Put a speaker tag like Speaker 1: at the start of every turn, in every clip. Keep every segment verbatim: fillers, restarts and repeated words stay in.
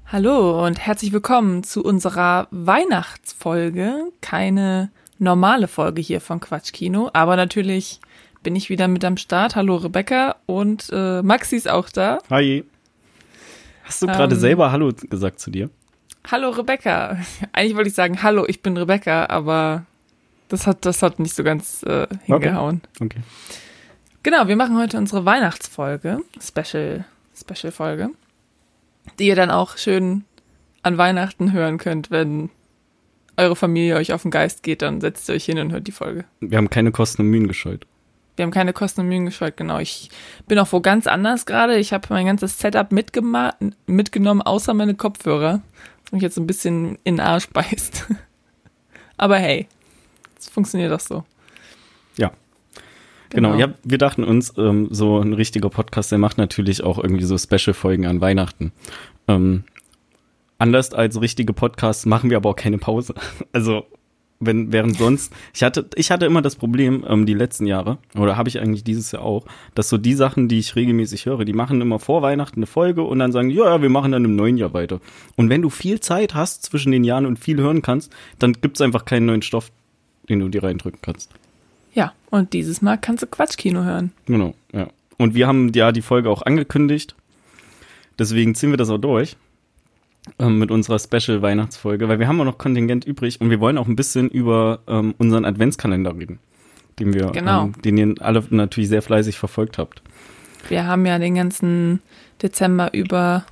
Speaker 1: Hallo und herzlich willkommen zu unserer Weihnachtsfolge. Keine normale Folge hier von Quatschkino, aber natürlich bin ich wieder mit am Start. Hallo Rebecca und äh, Maxi ist auch da.
Speaker 2: Hi. Hast du gerade ähm, selber Hallo gesagt zu dir?
Speaker 1: Hallo Rebecca. Eigentlich wollte ich sagen, hallo, ich bin Rebecca, aber das hat, das hat nicht so ganz äh, hingehauen.
Speaker 2: Okay. okay.
Speaker 1: Genau, wir machen heute unsere Weihnachtsfolge, Special, Special-Folge, die ihr dann auch schön an Weihnachten hören könnt, wenn eure Familie euch auf den Geist geht, dann setzt ihr euch hin und hört die Folge.
Speaker 2: Wir haben keine Kosten und Mühen gescheut.
Speaker 1: Wir haben keine Kosten und Mühen gescheut, genau. Ich bin auch wo ganz anders gerade. Ich habe mein ganzes Setup mitgema- mitgenommen, außer meine Kopfhörer, was mich jetzt ein bisschen in den Arsch beißt. Aber hey, es funktioniert doch so.
Speaker 2: Ja. Genau, genau. Ja, wir dachten uns, ähm, so ein richtiger Podcast, der macht natürlich auch irgendwie so Special-Folgen an Weihnachten. Ähm, anders als richtige Podcasts machen wir aber auch keine Pause. Also, wenn während sonst, ich hatte ich hatte immer das Problem, ähm, die letzten Jahre, oder habe ich eigentlich dieses Jahr auch, dass so die Sachen, die ich regelmäßig höre, die machen immer vor Weihnachten eine Folge und dann sagen, ja, ja, wir machen dann im neuen Jahr weiter. Und wenn du viel Zeit hast zwischen den Jahren und viel hören kannst, dann gibt's einfach keinen neuen Stoff, den du dir reindrücken kannst.
Speaker 1: Ja, und dieses Mal kannst du Quatschkino hören.
Speaker 2: Genau, ja. Und wir haben ja die Folge auch angekündigt. Deswegen ziehen wir das auch durch ähm, mit unserer Special-Weihnachtsfolge, weil wir haben auch noch Kontingent übrig und wir wollen auch ein bisschen über ähm, unseren Adventskalender reden, den wir,
Speaker 1: genau.
Speaker 2: ähm, den ihr alle natürlich sehr fleißig verfolgt habt.
Speaker 1: Wir haben ja den ganzen Dezember über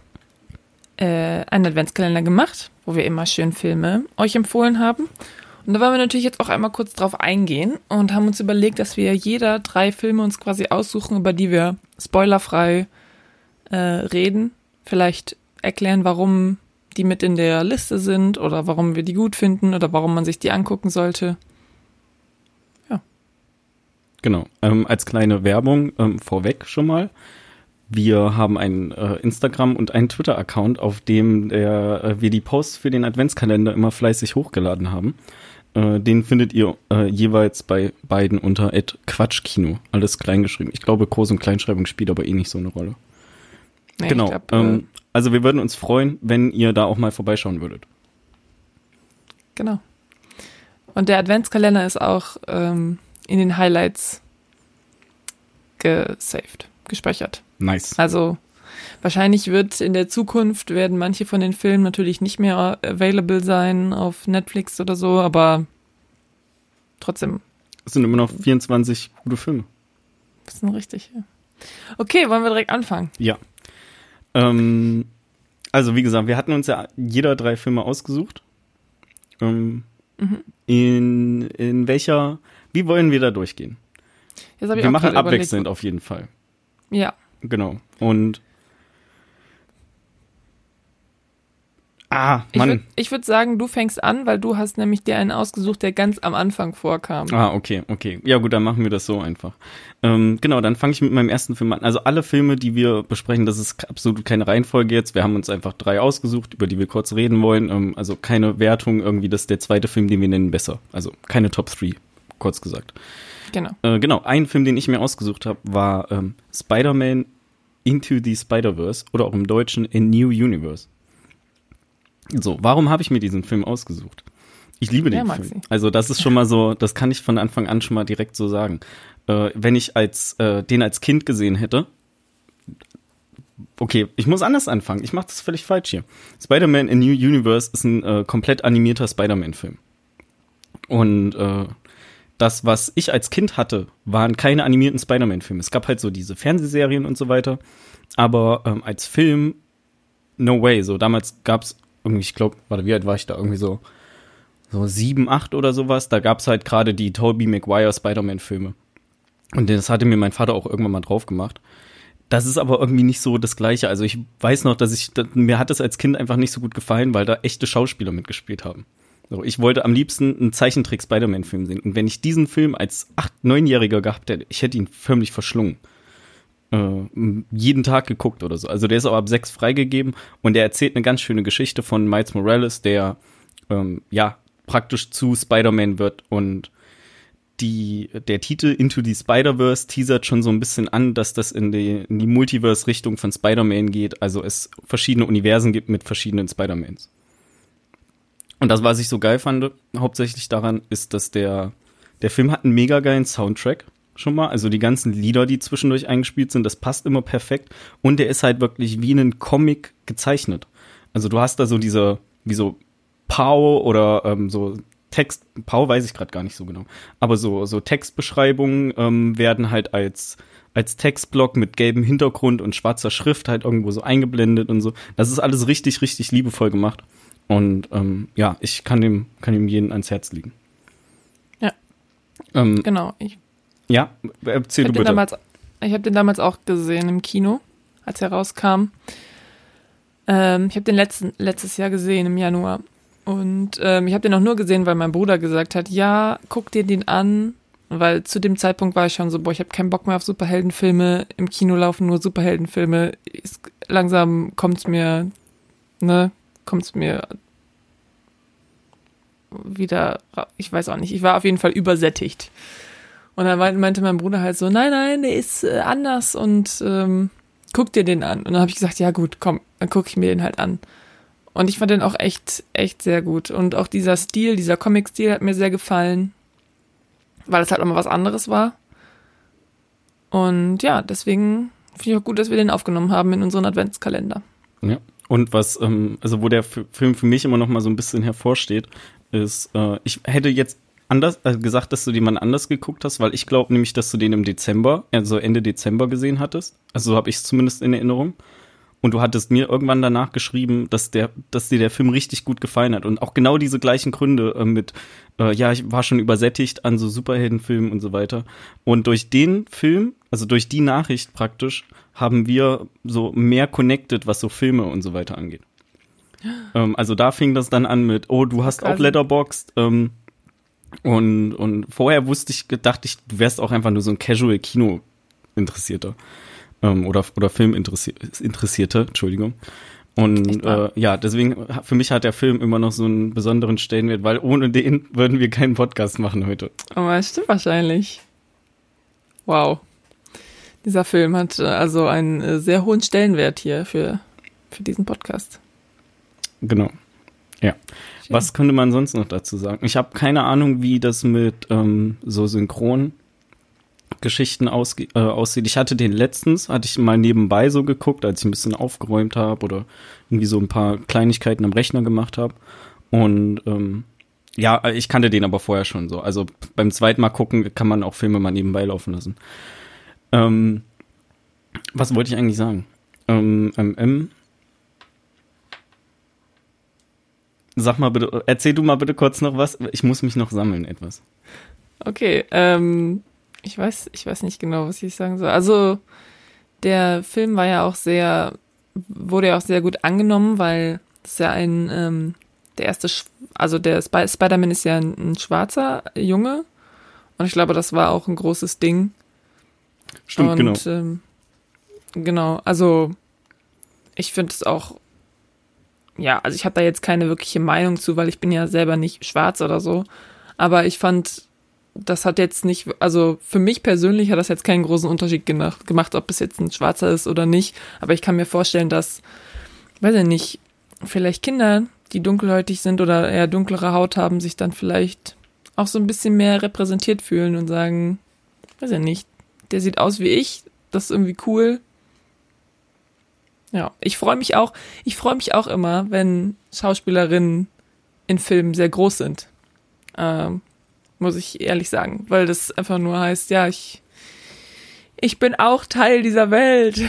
Speaker 1: äh, einen Adventskalender gemacht, wo wir immer schön Filme euch empfohlen haben. Und da wollen wir natürlich jetzt auch einmal kurz drauf eingehen und haben uns überlegt, dass wir jeder drei Filme uns quasi aussuchen, über die wir spoilerfrei äh, reden. Vielleicht erklären, warum die mit in der Liste sind oder warum wir die gut finden oder warum man sich die angucken sollte. Ja.
Speaker 2: Genau. Ähm, als kleine Werbung ähm, vorweg schon mal. Wir haben einen äh, Instagram- und einen Twitter-Account, auf dem der, äh, wir die Posts für den Adventskalender immer fleißig hochgeladen haben. Äh, den findet ihr äh, jeweils bei beiden unter at Quatschkino. Alles kleingeschrieben. Ich glaube, Groß- und Kleinschreibung spielt aber eh nicht so eine Rolle. Nee, genau. Glaub, ähm, äh, also wir würden uns freuen, wenn ihr da auch mal vorbeischauen würdet.
Speaker 1: Genau. Und der Adventskalender ist auch ähm, in den Highlights gesaved, gespeichert.
Speaker 2: Nice.
Speaker 1: Also wahrscheinlich wird in der Zukunft werden manche von den Filmen natürlich nicht mehr available sein auf Netflix oder so, aber trotzdem.
Speaker 2: Es sind immer noch vierundzwanzig gute Filme.
Speaker 1: Das ist richtig, ja. Okay, wollen wir direkt anfangen?
Speaker 2: Ja. Ähm, also wie gesagt, wir hatten uns ja jeder drei Filme ausgesucht. Ähm, mhm. in, in welcher, wie wollen wir da durchgehen?
Speaker 1: Das hab ich
Speaker 2: wir
Speaker 1: auch
Speaker 2: machen abwechselnd
Speaker 1: überlegt.
Speaker 2: Auf jeden Fall.
Speaker 1: Ja.
Speaker 2: Genau. Und Ah, Mann.
Speaker 1: Ich würde würd sagen, du fängst an, weil du hast nämlich dir einen ausgesucht, der ganz am Anfang vorkam.
Speaker 2: Ah, okay, okay. Ja gut, dann machen wir das so einfach. Ähm, genau, dann fange ich mit meinem ersten Film an. Also alle Filme, die wir besprechen, das ist absolut keine Reihenfolge jetzt. Wir haben uns einfach drei ausgesucht, über die wir kurz reden wollen. Ähm, also keine Wertung irgendwie, das ist der zweite Film, den wir nennen, besser. Also keine Top drei, kurz gesagt.
Speaker 1: Genau.
Speaker 2: Äh, genau, ein Film, den ich mir ausgesucht habe, war ähm, Spider-Man Into the Spider-Verse oder auch im Deutschen A New Universe. So, warum habe ich mir diesen Film ausgesucht? Ich liebe den
Speaker 1: ja,
Speaker 2: Film. Also das ist schon mal so, das kann ich von Anfang an schon mal direkt so sagen. Äh, wenn ich als äh, den als Kind gesehen hätte, okay, ich muss anders anfangen. Ich mache das völlig falsch hier. Spider-Man A New Universe ist ein äh, komplett animierter Spider-Man-Film. Und äh, das, was ich als Kind hatte, waren keine animierten Spider-Man-Filme. Es gab halt so diese Fernsehserien und so weiter. Aber ähm, als Film, no way. So damals gab's irgendwie, ich glaube, warte, wie alt war ich da? Irgendwie so so sieben, acht oder sowas. Da gab's halt gerade die Tobey Maguire Spider-Man-Filme. Und das hatte mir mein Vater auch irgendwann mal drauf gemacht. Das ist aber irgendwie nicht so das Gleiche. Also ich weiß noch, dass ich, dass, mir hat das als Kind einfach nicht so gut gefallen, weil da echte Schauspieler mitgespielt haben. So, ich wollte am liebsten einen Zeichentrick-Spider-Man-Film sehen. Und wenn ich diesen Film als acht-, neunjähriger gehabt hätte, ich hätte ihn förmlich verschlungen. Äh, jeden Tag geguckt oder so. Also der ist auch ab sechs freigegeben und der erzählt eine ganz schöne Geschichte von Miles Morales, der ähm, ja praktisch zu Spider-Man wird und die, der Titel Into the Spider-Verse teasert schon so ein bisschen an, dass das in die, in die Multiverse-Richtung von Spider-Man geht. Also es verschiedene Universen gibt mit verschiedenen Spider-Mans. Und das, was ich so geil fand, hauptsächlich daran, ist, dass der, der Film hat einen mega geilen Soundtrack schon mal. Also die ganzen Lieder, die zwischendurch eingespielt sind, das passt immer perfekt. Und der ist halt wirklich wie ein Comic gezeichnet. Also du hast da so diese, wie so Pow oder ähm, so Text, Pow weiß ich gerade gar nicht so genau. Aber so, so Textbeschreibungen ähm, werden halt als, als Textblock mit gelbem Hintergrund und schwarzer Schrift halt irgendwo so eingeblendet und so. Das ist alles richtig, richtig liebevoll gemacht. Und ähm, ja, ich kann dem, kann dem jeden ans Herz legen.
Speaker 1: Ja,
Speaker 2: ähm,
Speaker 1: genau. Ich,
Speaker 2: ja, erzähl
Speaker 1: ich
Speaker 2: du bitte.
Speaker 1: Damals, ich habe den damals auch gesehen im Kino, als er rauskam. Ähm, ich habe den letzten, letztes Jahr gesehen, im Januar. Und ähm, ich habe den auch nur gesehen, weil mein Bruder gesagt hat, ja, guck dir den an. Weil zu dem Zeitpunkt war ich schon so, boah, ich habe keinen Bock mehr auf Superheldenfilme. Im Kino laufen nur Superheldenfilme. Ist, langsam kommt's mir, ne, kommt's mir wieder, ich weiß auch nicht, ich war auf jeden Fall übersättigt. Und dann meinte mein Bruder halt so, nein, nein, der ist äh, anders und ähm, guck dir den an. Und dann habe ich gesagt, ja gut, komm, dann gucke ich mir den halt an. Und ich fand den auch echt, echt sehr gut. Und auch dieser Stil, dieser Comic-Stil hat mir sehr gefallen, weil es halt auch mal was anderes war. Und ja, deswegen finde ich auch gut, dass wir den aufgenommen haben in unseren Adventskalender.
Speaker 2: Ja. Und was, ähm, also wo der F- Film für mich immer noch mal so ein bisschen hervorsteht, ist, äh, ich hätte jetzt anders äh, gesagt, dass du den mal anders geguckt hast, weil ich glaube nämlich, dass du den im Dezember, also Ende Dezember gesehen hattest. Also so habe ich es zumindest in Erinnerung. Und du hattest mir irgendwann danach geschrieben, dass der, dass dir der Film richtig gut gefallen hat. Und auch genau diese gleichen Gründe äh, mit, äh, ja, ich war schon übersättigt an so Superheldenfilmen und so weiter. Und durch den Film, also durch die Nachricht praktisch, haben wir so mehr connected, was so Filme und so weiter angeht. ähm, also da fing das dann an mit, oh, du hast auch Letterboxd. Ähm, und, und vorher wusste ich, dachte ich, du wärst auch einfach nur so ein Casual-Kino-Interessierter. Ähm, oder, oder Film-Interessierte, Entschuldigung. Und äh, ja, deswegen, für mich hat der Film immer noch so einen besonderen Stellenwert, weil ohne den würden wir keinen Podcast machen heute.
Speaker 1: Aber das stimmt wahrscheinlich. Wow. Dieser Film hat also einen äh, sehr hohen Stellenwert hier für, für diesen Podcast.
Speaker 2: Genau. Ja. Schön. Was könnte man sonst noch dazu sagen? Ich habe keine Ahnung, wie das mit ähm, so synchron Geschichten ausge- äh, aussieht. Ich hatte den letztens, hatte ich mal nebenbei so geguckt, als ich ein bisschen aufgeräumt habe oder irgendwie so ein paar Kleinigkeiten am Rechner gemacht habe. Und ähm, ja, ich kannte den aber vorher schon so. Also beim zweiten Mal gucken kann man auch Filme mal nebenbei laufen lassen. Ähm, was wollte ich eigentlich sagen? Ähm, ähm, ähm. Sag mal bitte, erzähl du mal bitte kurz noch was. Ich muss mich noch sammeln etwas.
Speaker 1: Okay, ähm, ich weiß, ich weiß nicht genau, was ich sagen soll. Also der Film war ja auch sehr, wurde ja auch sehr gut angenommen, weil es ja ein, ähm, der erste, Sch- also der Sp- Spider-Man ist ja ein, ein schwarzer Junge und ich glaube, das war auch ein großes Ding.
Speaker 2: Stimmt,
Speaker 1: und,
Speaker 2: genau.
Speaker 1: Ähm, genau, also ich finde es auch, ja, also ich habe da jetzt keine wirkliche Meinung zu, weil ich bin ja selber nicht schwarz oder so, aber ich fand, das hat jetzt nicht, also für mich persönlich hat das jetzt keinen großen Unterschied gemacht, gemacht, ob es jetzt ein Schwarzer ist oder nicht, aber ich kann mir vorstellen, dass, weiß ich nicht, vielleicht Kinder, die dunkelhäutig sind oder eher dunklere Haut haben, sich dann vielleicht auch so ein bisschen mehr repräsentiert fühlen und sagen, weiß ich nicht, der sieht aus wie ich, das ist irgendwie cool. Ja, ich freue mich auch, ich freue mich auch immer, wenn Schauspielerinnen in Filmen sehr groß sind. Ähm, muss ich ehrlich sagen, weil das einfach nur heißt, ja, ich, ich bin auch Teil dieser Welt.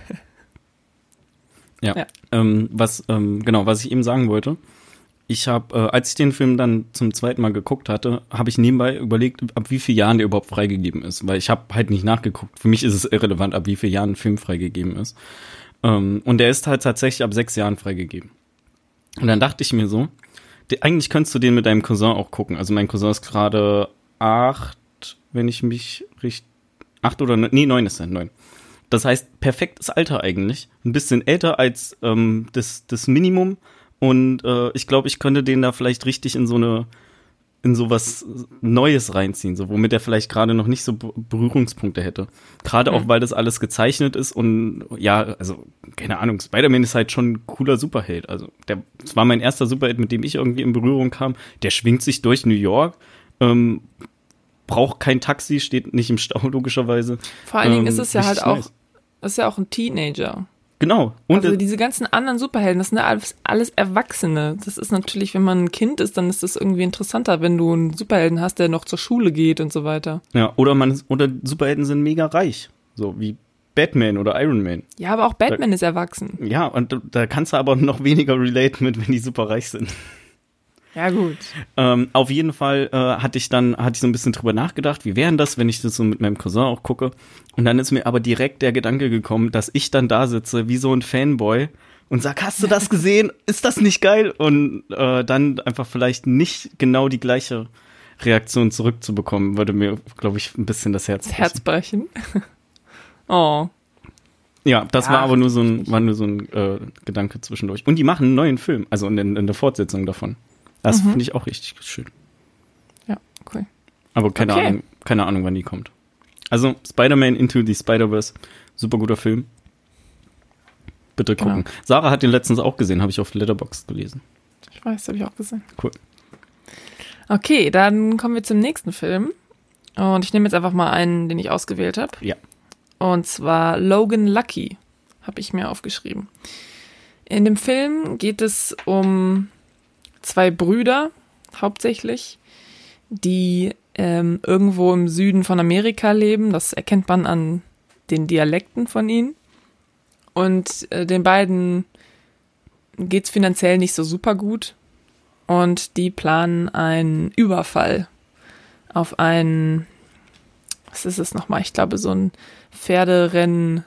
Speaker 2: Ja, ja. Ähm, was, ähm, genau, was ich eben sagen wollte, ich habe, äh, als ich den Film dann zum zweiten Mal geguckt hatte, habe ich nebenbei überlegt, ab wie vielen Jahren der überhaupt freigegeben ist, weil ich habe halt nicht nachgeguckt. Für mich ist es irrelevant, ab wie vielen Jahren ein Film freigegeben ist. Ähm, und der ist halt tatsächlich ab sechs Jahren freigegeben. Und dann dachte ich mir so, die, eigentlich könntest du den mit deinem Cousin auch gucken. Also mein Cousin ist gerade acht, wenn ich mich richtig, acht oder neun, nee, neun ist er, neun. Das heißt, perfektes Alter eigentlich. Ein bisschen älter als ähm, das, das Minimum. Und äh, ich glaube, ich könnte den da vielleicht richtig in so eine in sowas Neues reinziehen, so womit er vielleicht gerade noch nicht so Berührungspunkte hätte. Gerade auch, mhm. weil das alles gezeichnet ist und ja, also keine Ahnung, Spider-Man ist halt schon ein cooler Superheld. Also der, das war mein erster Superheld, mit dem ich irgendwie in Berührung kam. Der schwingt sich durch New York, ähm, braucht kein Taxi, steht nicht im Stau logischerweise.
Speaker 1: Vor allen Dingen
Speaker 2: ähm,
Speaker 1: ist es ja halt auch,
Speaker 2: nice.
Speaker 1: ist ja auch ein Teenager.
Speaker 2: Genau. Und
Speaker 1: also diese ganzen anderen Superhelden, das sind ja alles, alles Erwachsene. Das ist natürlich, wenn man ein Kind ist, dann ist das irgendwie interessanter, wenn du einen Superhelden hast, der noch zur Schule geht und so weiter.
Speaker 2: Ja, oder man oder Superhelden sind mega reich, so wie Batman oder Iron Man.
Speaker 1: Ja, aber auch Batman da, ist erwachsen.
Speaker 2: Ja, und da kannst du aber noch weniger relate mit, wenn die super reich sind.
Speaker 1: Ja, gut.
Speaker 2: Ähm, auf jeden Fall äh, hatte ich dann hatte ich so ein bisschen drüber nachgedacht, wie wäre denn das, wenn ich das so mit meinem Cousin auch gucke. Und dann ist mir aber direkt der Gedanke gekommen, dass ich dann da sitze wie so ein Fanboy und sag, hast du das gesehen? Ist das nicht geil? Und äh, dann einfach vielleicht nicht genau die gleiche Reaktion zurückzubekommen, würde mir, glaube ich, ein bisschen das Herz brechen.
Speaker 1: Das Herz brechen? Oh.
Speaker 2: Ja, das
Speaker 1: ja,
Speaker 2: war aber nur so ein, war nur so ein äh, Gedanke zwischendurch. Und die machen einen neuen Film, also in, in der Fortsetzung davon. Das mhm. finde ich auch richtig schön.
Speaker 1: Ja, cool.
Speaker 2: Aber keine
Speaker 1: okay.
Speaker 2: Ahnung, keine Ahnung, wann die kommt. Also Spider-Man Into the Spider-Verse, super guter Film. Bitte gucken. Genau. Sarah hat den letztens auch gesehen, habe ich auf Letterboxd gelesen.
Speaker 1: Ich weiß, habe ich auch gesehen.
Speaker 2: Cool.
Speaker 1: Okay, dann kommen wir zum nächsten Film. Und ich nehme jetzt einfach mal einen, den ich ausgewählt habe.
Speaker 2: Ja.
Speaker 1: Und zwar Logan Lucky, habe ich mir aufgeschrieben. In dem Film geht es um zwei Brüder, hauptsächlich, die ähm, irgendwo im Süden von Amerika leben. Das erkennt man an den Dialekten von ihnen. Und äh, den beiden geht's finanziell nicht so super gut. Und die planen einen Überfall auf ein, was ist es nochmal? Ich glaube, so ein Pferderennen,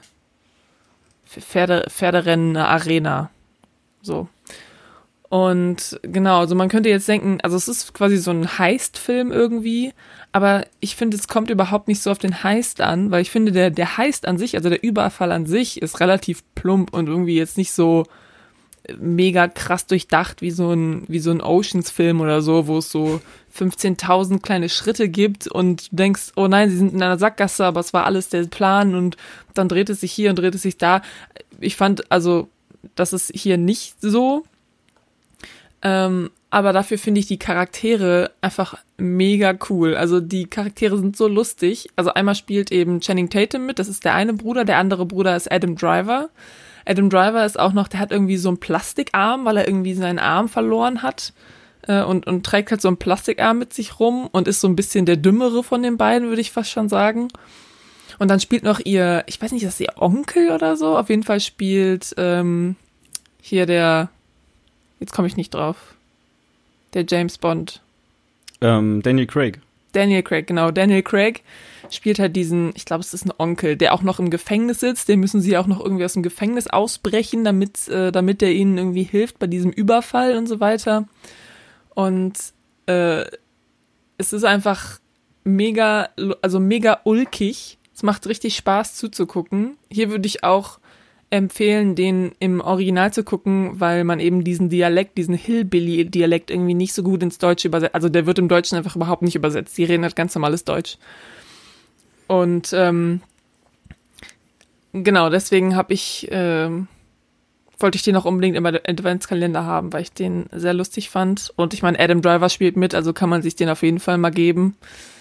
Speaker 1: Pferde, Pferderennen-Arena. So. Und genau, also man könnte jetzt denken, also es ist quasi so ein Heist-Film irgendwie, aber ich finde, es kommt überhaupt nicht so auf den Heist an, weil ich finde, der, der Heist an sich, also der Überfall an sich, ist relativ plump und irgendwie jetzt nicht so mega krass durchdacht wie so ein, wie so ein Oceans-Film oder so, wo es so fünfzehntausend kleine Schritte gibt und du denkst, oh nein, sie sind in einer Sackgasse, aber es war alles der Plan und dann dreht es sich hier und dreht es sich da. Ich fand, also, das ist hier nicht so. Ähm, aber dafür finde ich die Charaktere einfach mega cool. Also die Charaktere sind so lustig. Also einmal spielt eben Channing Tatum mit, das ist der eine Bruder, der andere Bruder ist Adam Driver. Adam Driver ist auch noch, der hat irgendwie so einen Plastikarm, weil er irgendwie seinen Arm verloren hat äh, und, und trägt halt so einen Plastikarm mit sich rum und ist so ein bisschen der Dümmere von den beiden, würde ich fast schon sagen. Und dann spielt noch ihr, ich weiß nicht, ist das ihr Onkel oder so? Auf jeden Fall spielt ähm, hier der, jetzt komme ich nicht drauf, der James Bond.
Speaker 2: Ähm, Daniel Craig.
Speaker 1: Daniel Craig, genau. Daniel Craig spielt halt diesen, ich glaube, es ist ein Onkel, der auch noch im Gefängnis sitzt. Den müssen sie auch noch irgendwie aus dem Gefängnis ausbrechen, damit, äh, damit der ihnen irgendwie hilft bei diesem Überfall und so weiter. Und äh, es ist einfach mega, also mega ulkig. Es macht richtig Spaß zuzugucken. Hier würde ich auch empfehlen, den im Original zu gucken, weil man eben diesen Dialekt, diesen Hillbilly-Dialekt irgendwie nicht so gut ins Deutsche übersetzt. Also der wird im Deutschen einfach überhaupt nicht übersetzt. Die reden halt ganz normales Deutsch. Und ähm, genau, deswegen habe ich, ähm, wollte ich den auch unbedingt im Adventskalender haben, weil ich den sehr lustig fand. Und ich meine, Adam Driver spielt mit, also kann man sich den auf jeden Fall mal geben.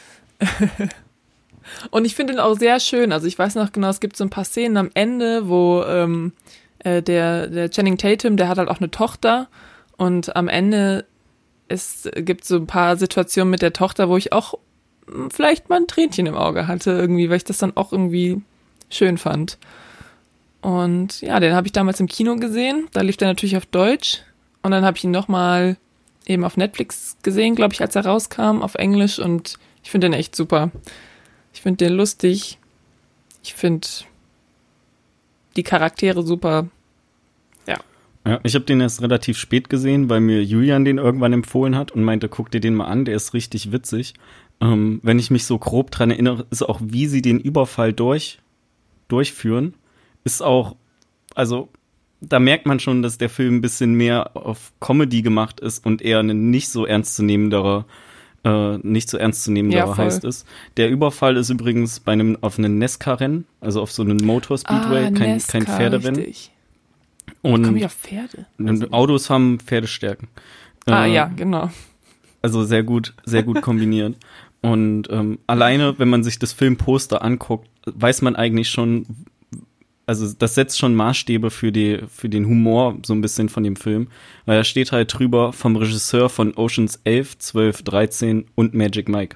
Speaker 1: Und ich finde ihn auch sehr schön. Also ich weiß noch genau, es gibt so ein paar Szenen am Ende, wo ähm, äh, der, der Channing Tatum, der hat halt auch eine Tochter. Und am Ende es gibt so ein paar Situationen mit der Tochter, wo ich auch vielleicht mal ein Tränchen im Auge hatte irgendwie, weil ich das dann auch irgendwie schön fand. Und ja, den habe ich damals im Kino gesehen. Da lief der natürlich auf Deutsch. Und dann habe ich ihn nochmal eben auf Netflix gesehen, glaube ich, als er rauskam, auf Englisch. Und ich finde den echt super. Ich finde den lustig. Ich finde die Charaktere super. Ja.
Speaker 2: Ja, ich habe den erst relativ spät gesehen, weil mir Julian den irgendwann empfohlen hat und meinte, guck dir den mal an, der ist richtig witzig. Ähm, wenn ich mich so grob dran erinnere, ist auch, wie sie den Überfall durch, durchführen, ist auch, also da merkt man schon, dass der Film ein bisschen mehr auf Comedy gemacht ist und eher ein nicht so ernstzunehmenderer äh, nicht so ernst zu nehmen
Speaker 1: Ja,
Speaker 2: da
Speaker 1: voll.
Speaker 2: heißt es. Der Überfall ist übrigens bei einem auf einem Nesca-Rennen, also auf so einem Motor-Speedway,
Speaker 1: Ah,
Speaker 2: kein,
Speaker 1: Nesca,
Speaker 2: kein Pferderennen.
Speaker 1: richtig.
Speaker 2: Und
Speaker 1: Komm ich auf Pferde?
Speaker 2: und Autos haben Pferdestärken.
Speaker 1: Ah
Speaker 2: Äh,
Speaker 1: ja, genau.
Speaker 2: Also sehr gut, sehr gut kombiniert. Und ähm, alleine, wenn man sich das Filmposter anguckt, weiß man eigentlich schon, also das setzt schon Maßstäbe für die für den Humor so ein bisschen von dem Film, weil da steht halt drüber vom Regisseur von Ocean's elf, zwölf, dreizehn und Magic Mike.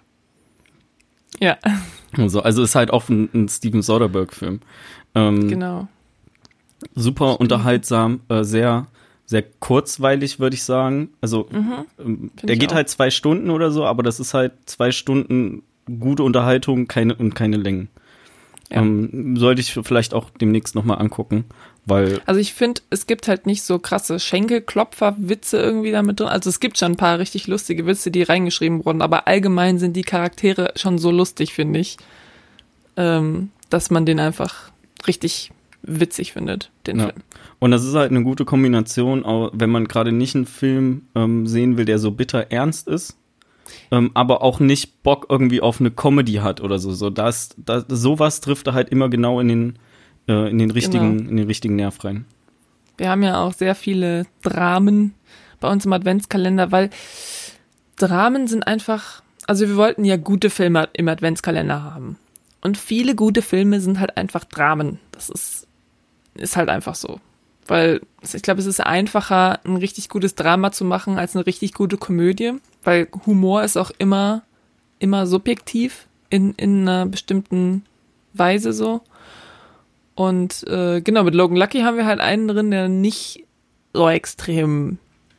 Speaker 1: Ja,
Speaker 2: Also, also ist halt auch ein, ein Steven Soderbergh-Film. Ähm,
Speaker 1: genau.
Speaker 2: Super
Speaker 1: Stimmt.
Speaker 2: unterhaltsam, äh, sehr sehr kurzweilig, würde ich sagen. Also
Speaker 1: Mhm,
Speaker 2: ähm,
Speaker 1: find
Speaker 2: der
Speaker 1: ich
Speaker 2: geht
Speaker 1: auch.
Speaker 2: halt zwei Stunden oder so, aber das ist halt zwei Stunden gute Unterhaltung, keine und keine Längen.
Speaker 1: Ja.
Speaker 2: Ähm, sollte ich vielleicht auch demnächst nochmal angucken, weil
Speaker 1: Also ich finde, es gibt halt nicht so krasse Schenkelklopfer-Witze irgendwie damit drin. Also es gibt schon ein paar richtig lustige Witze, die reingeschrieben wurden, aber allgemein sind die Charaktere schon so lustig, finde ich, ähm, dass man den einfach richtig witzig findet, den
Speaker 2: Ja.
Speaker 1: Film.
Speaker 2: Und das ist halt eine gute Kombination, auch wenn man gerade nicht einen Film ähm, sehen will, der so bitter ernst ist, ähm, aber auch nicht Bock irgendwie auf eine Comedy hat oder so. So das, das, sowas trifft er halt immer genau in den, äh, in den richtigen,
Speaker 1: Genau.
Speaker 2: in den richtigen Nerv rein.
Speaker 1: Wir haben ja auch sehr viele Dramen bei uns im Adventskalender, weil Dramen sind einfach, also wir wollten ja gute Filme im Adventskalender haben. Und viele gute Filme sind halt einfach Dramen. Das ist, ist halt einfach so. Weil ich glaube, es ist einfacher, ein richtig gutes Drama zu machen, als eine richtig gute Komödie. Weil Humor ist auch immer, immer subjektiv in, in einer bestimmten Weise so. Und äh, genau, mit Logan Lucky haben wir halt einen drin, der nicht so extrem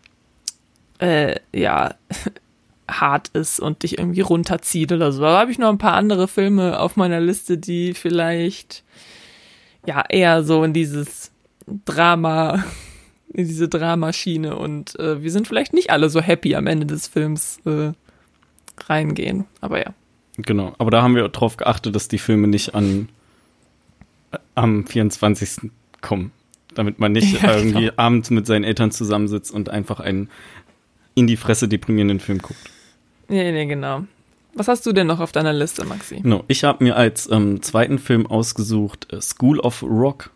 Speaker 1: äh, ja hart ist und dich irgendwie runterzieht oder so. Da habe ich noch ein paar andere Filme auf meiner Liste, die vielleicht ja eher so in dieses Drama, in diese Dramaschiene und äh, wir sind vielleicht nicht alle so happy am Ende des Films äh, reingehen. Aber ja.
Speaker 2: Genau, aber da haben wir drauf geachtet, dass die Filme nicht an äh, am vierundzwanzigsten kommen, damit man nicht
Speaker 1: Ja,
Speaker 2: irgendwie
Speaker 1: genau.
Speaker 2: abends mit seinen Eltern zusammensitzt und einfach einen in die Fresse deprimierenden Film guckt.
Speaker 1: Nee, nee, genau. Was hast du denn noch auf deiner Liste, Maxi?
Speaker 2: No, ich habe mir als ähm, zweiten Film ausgesucht äh, School of Rock.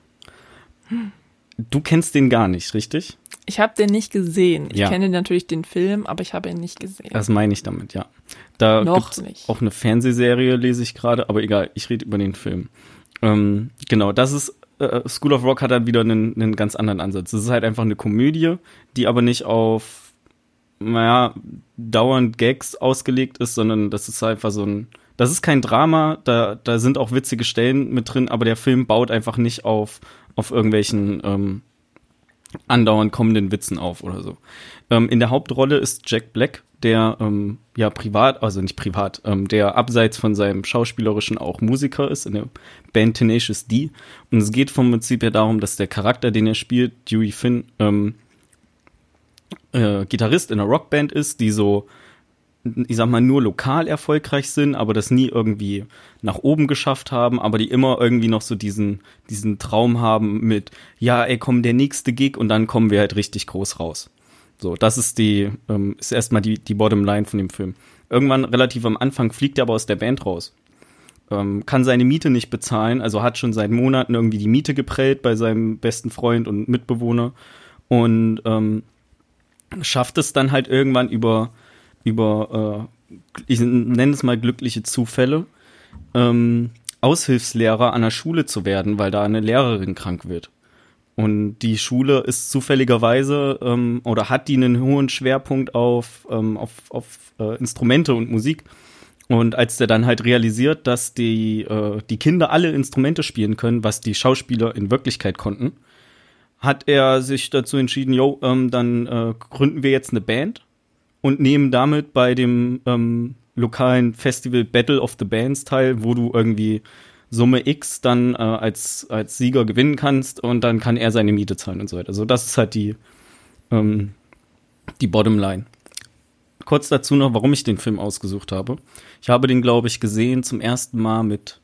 Speaker 2: Du kennst den gar nicht, richtig?
Speaker 1: Ich habe den nicht gesehen. Ich
Speaker 2: Ja.
Speaker 1: kenne natürlich den Film, aber ich habe ihn nicht gesehen.
Speaker 2: Das meine ich damit, ja. Da
Speaker 1: Noch
Speaker 2: gibt's
Speaker 1: nicht.
Speaker 2: auch eine Fernsehserie, lese ich gerade, aber egal, ich rede über den Film. Ähm, genau, das ist, äh, School of Rock hat halt wieder einen, einen ganz anderen Ansatz. Das ist halt einfach eine Komödie, die aber nicht auf, naja, dauernd Gags ausgelegt ist, sondern das ist einfach so ein, das ist kein Drama, da, da sind auch witzige Stellen mit drin, aber der Film baut einfach nicht auf, auf irgendwelchen, ähm, andauernd kommenden Witzen auf oder so. Ähm, in der Hauptrolle ist Jack Black, der ähm, ja privat, also nicht privat, ähm, der abseits von seinem Schauspielerischen auch Musiker ist in der Band Tenacious D. Und es geht vom Prinzip her darum, dass der Charakter, den er spielt, Dewey Finn, ähm, äh, Gitarrist in einer Rockband ist, die so, ich sag mal, nur lokal erfolgreich sind, aber das nie irgendwie nach oben geschafft haben, aber die immer irgendwie noch so diesen, diesen Traum haben mit, ja, ey, komm, der nächste Gig und dann kommen wir halt richtig groß raus. So, das ist die, ähm, ist erstmal die, die Bottomline von dem Film. Irgendwann relativ am Anfang fliegt er aber aus der Band raus. Ähm, kann seine Miete nicht bezahlen, also hat schon seit Monaten irgendwie die Miete geprellt bei seinem besten Freund und Mitbewohner und ähm, schafft es dann halt irgendwann über über, äh, ich nenne es mal glückliche Zufälle, ähm, Aushilfslehrer an der Schule zu werden, weil da eine Lehrerin krank wird. Und die Schule ist zufälligerweise ähm, oder hat die einen hohen Schwerpunkt auf, ähm, auf, auf äh, Instrumente und Musik. Und als der dann halt realisiert, dass die, äh, die Kinder alle Instrumente spielen können, was die Schauspieler in Wirklichkeit konnten, hat er sich dazu entschieden, jo, ähm, dann äh, gründen wir jetzt eine Band und nehmen damit bei dem ähm, lokalen Festival Battle of the Bands teil, wo du irgendwie Summe X dann äh, als, als Sieger gewinnen kannst und dann kann er seine Miete zahlen und so weiter. Also das ist halt die, ähm, die Bottomline. Kurz dazu noch, warum ich den Film ausgesucht habe. Ich habe den, glaube ich, gesehen zum ersten Mal mit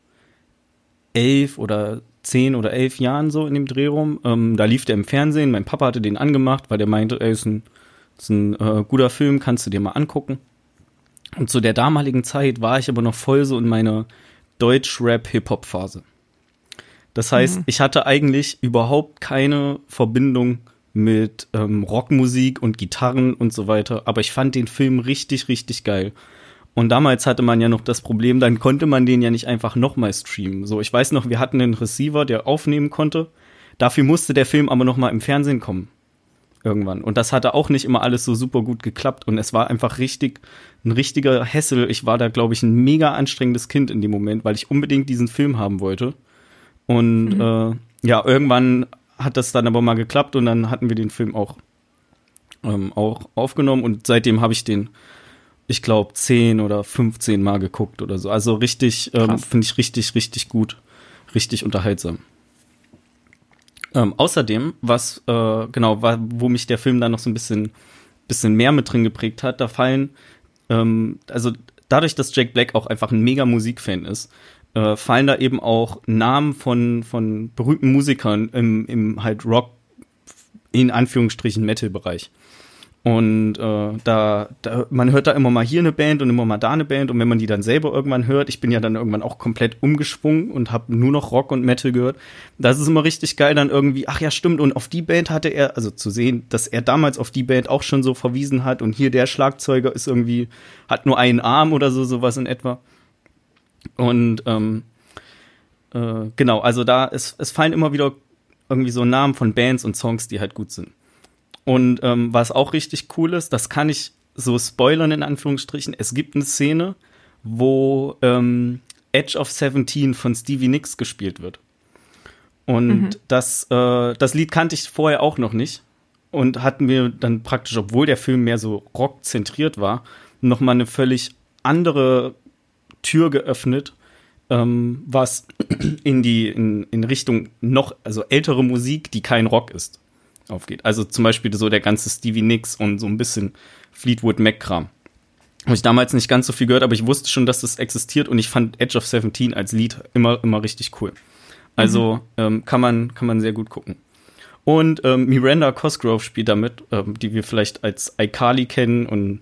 Speaker 2: elf oder zehn oder elf Jahren so in dem Dreh rum. Ähm, da lief der im Fernsehen. Mein Papa hatte den angemacht, weil der meinte, ey, ist ein, ist ein äh, guter Film, kannst du dir mal angucken. Und zu der damaligen Zeit war ich aber noch voll so in meiner Deutsch-Rap-Hip-Hop-Phase. Das heißt, mhm. ich hatte eigentlich überhaupt keine Verbindung mit ähm, Rockmusik und Gitarren und so weiter, aber ich fand den Film richtig, richtig geil. Und damals hatte man ja noch das Problem, dann konnte man den ja nicht einfach nochmal streamen. So, ich weiß noch, wir hatten einen Receiver, der aufnehmen konnte. Dafür musste der Film aber nochmal im Fernsehen kommen. Irgendwann. Und das hatte auch nicht immer alles so super gut geklappt. Und es war einfach richtig, ein richtiger Hassel. Ich war da, glaube ich, ein mega anstrengendes Kind in dem Moment, weil ich unbedingt diesen Film haben wollte. Und mhm. äh, ja, irgendwann hat das dann aber mal geklappt und dann hatten wir den Film auch, ähm, auch aufgenommen. Und seitdem habe ich den, ich glaube, zehn oder fünfzehn Mal geguckt oder so. Also richtig, ähm, finde ich richtig, richtig gut. Richtig unterhaltsam. Ähm, außerdem, was, äh, genau, war, wo mich der Film dann noch so ein bisschen, bisschen mehr mit drin geprägt hat, da fallen, ähm, also dadurch, dass Jack Black auch einfach ein mega Musikfan ist, äh, fallen da eben auch Namen von, von berühmten Musikern im, im halt Rock, in Anführungsstrichen Metal-Bereich. Und äh, da, da, man hört da immer mal hier eine Band und immer mal da eine Band. Und wenn man die dann selber irgendwann hört, ich bin ja dann irgendwann auch komplett umgeschwungen und habe nur noch Rock und Metal gehört. Das ist immer richtig geil, dann irgendwie, ach ja, stimmt, und auf die Band hatte er, also zu sehen, dass er damals auf die Band auch schon so verwiesen hat. Und hier der Schlagzeuger ist irgendwie, hat nur einen Arm oder so, sowas in etwa. Und ähm, äh, genau, also da, es, es fallen immer wieder irgendwie so Namen von Bands und Songs, die halt gut sind. Und ähm, was auch richtig cool ist, das kann ich so spoilern in Anführungsstrichen, es gibt eine Szene, wo ähm, Edge of Seventeen von Stevie Nicks gespielt wird. Und mhm. das, äh, das Lied kannte ich vorher auch noch nicht und hat mir dann praktisch, obwohl der Film mehr so rockzentriert war, nochmal eine völlig andere Tür geöffnet, ähm, was in die in, in Richtung noch, also ältere Musik, die kein Rock ist, aufgeht. Also zum Beispiel so der ganze Stevie Nicks und so ein bisschen Fleetwood Mac-Kram. Habe ich damals nicht ganz so viel gehört, aber ich wusste schon, dass das existiert und ich fand Edge of Seventeen als Lied immer, immer richtig cool. Also mhm. ähm, kann man, kann man sehr gut gucken. Und ähm, Miranda Cosgrove spielt damit, ähm, die wir vielleicht als iCarly kennen und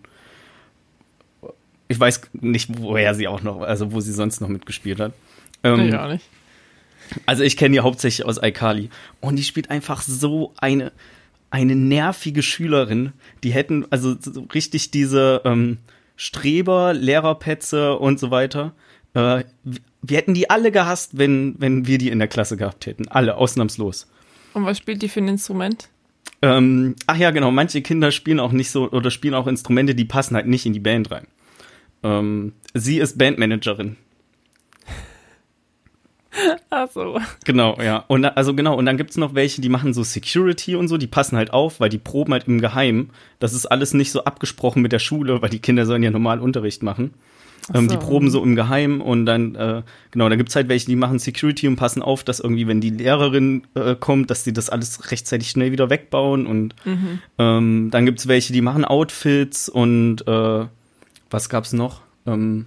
Speaker 2: ich weiß nicht, woher sie auch noch, also wo sie sonst noch mitgespielt hat. Ähm,
Speaker 1: ich auch nicht.
Speaker 2: Also ich kenne die hauptsächlich aus iCarly. Und die spielt einfach so eine, eine nervige Schülerin. Die hätten also so richtig diese ähm, Streber, Lehrerpätze und so weiter. Äh, wir hätten die alle gehasst, wenn, wenn wir die in der Klasse gehabt hätten. Alle, ausnahmslos.
Speaker 1: Und was spielt die für ein Instrument?
Speaker 2: Ähm, ach ja, genau. Manche Kinder spielen auch nicht so, oder spielen auch Instrumente, die passen halt nicht in die Band rein. Ähm, sie ist Bandmanagerin.
Speaker 1: Ach so.
Speaker 2: Genau, ja. Und also genau, und dann gibt's noch welche, die machen so Security und so, die passen halt auf, weil die proben halt im Geheimen. Das ist alles nicht so abgesprochen mit der Schule, weil die Kinder sollen ja normal Unterricht machen. So. Ähm, die proben so im Geheimen und dann, äh, genau, da gibt's halt welche, die machen Security und passen auf, dass irgendwie, wenn die Lehrerin äh, kommt, dass die das alles rechtzeitig schnell wieder wegbauen. Und mhm. ähm, dann gibt's welche, die machen Outfits und äh, was gab's noch? Ähm,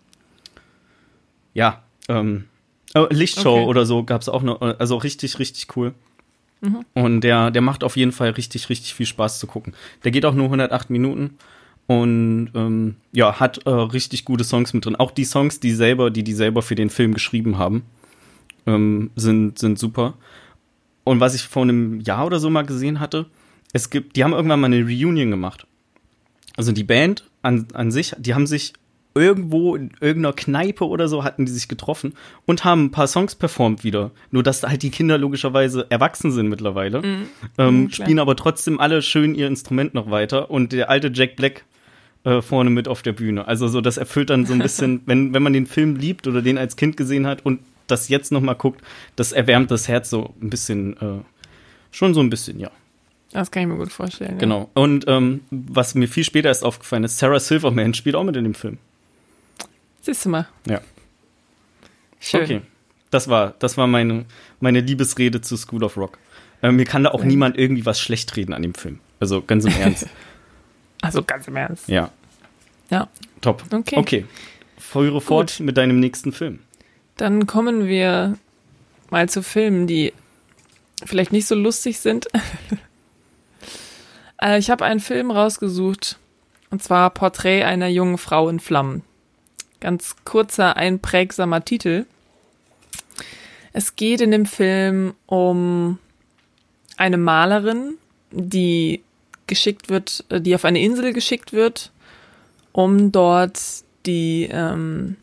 Speaker 2: ja, ähm, Oh, Lichtshow okay. oder so gab's auch noch, also richtig, richtig cool. Mhm. Und der, der macht auf jeden Fall richtig, richtig viel Spaß zu gucken. Der geht auch nur hundertacht Minuten und ähm, ja, hat äh, richtig gute Songs mit drin. Auch die Songs, die selber, die die selber für den Film geschrieben haben, ähm, sind, sind super. Und was ich vor einem Jahr oder so mal gesehen hatte, es gibt, die haben irgendwann mal eine Reunion gemacht. Also die Band an, an sich, die haben sich irgendwo in irgendeiner Kneipe oder so hatten die sich getroffen und haben ein paar Songs performt wieder. Nur, dass halt die Kinder logischerweise erwachsen sind mittlerweile. Mm. Ähm, mm, spielen aber trotzdem alle schön ihr Instrument noch weiter und der alte Jack Black äh, vorne mit auf der Bühne. Also so, das erfüllt dann so ein bisschen, wenn, wenn man den Film liebt oder den als Kind gesehen hat und das jetzt noch mal guckt, das erwärmt das Herz so ein bisschen, äh, schon so ein bisschen, ja.
Speaker 1: Das kann ich mir gut vorstellen.
Speaker 2: Genau. Ja. Und ähm, was mir viel später erst aufgefallen ist, Sarah Silverman spielt auch mit in dem Film.
Speaker 1: Siehst du mal.
Speaker 2: Ja.
Speaker 1: Schön.
Speaker 2: Okay. Das war, das war meine, meine Liebesrede zu School of Rock. Äh, mir kann da auch ja. niemand irgendwie was schlecht reden an dem Film. Also ganz im Ernst.
Speaker 1: Also ganz im Ernst.
Speaker 2: Ja.
Speaker 1: Ja.
Speaker 2: Top.
Speaker 1: Okay.
Speaker 2: Okay. Feuere fort mit deinem nächsten Film.
Speaker 1: Dann kommen wir mal zu Filmen, die vielleicht nicht so lustig sind. äh, ich habe einen Film rausgesucht Und zwar Porträt einer jungen Frau in Flammen. Ganz kurzer, einprägsamer Titel. Es geht in dem Film um eine Malerin, die geschickt wird, die auf eine Insel geschickt wird, um dort die, ähm,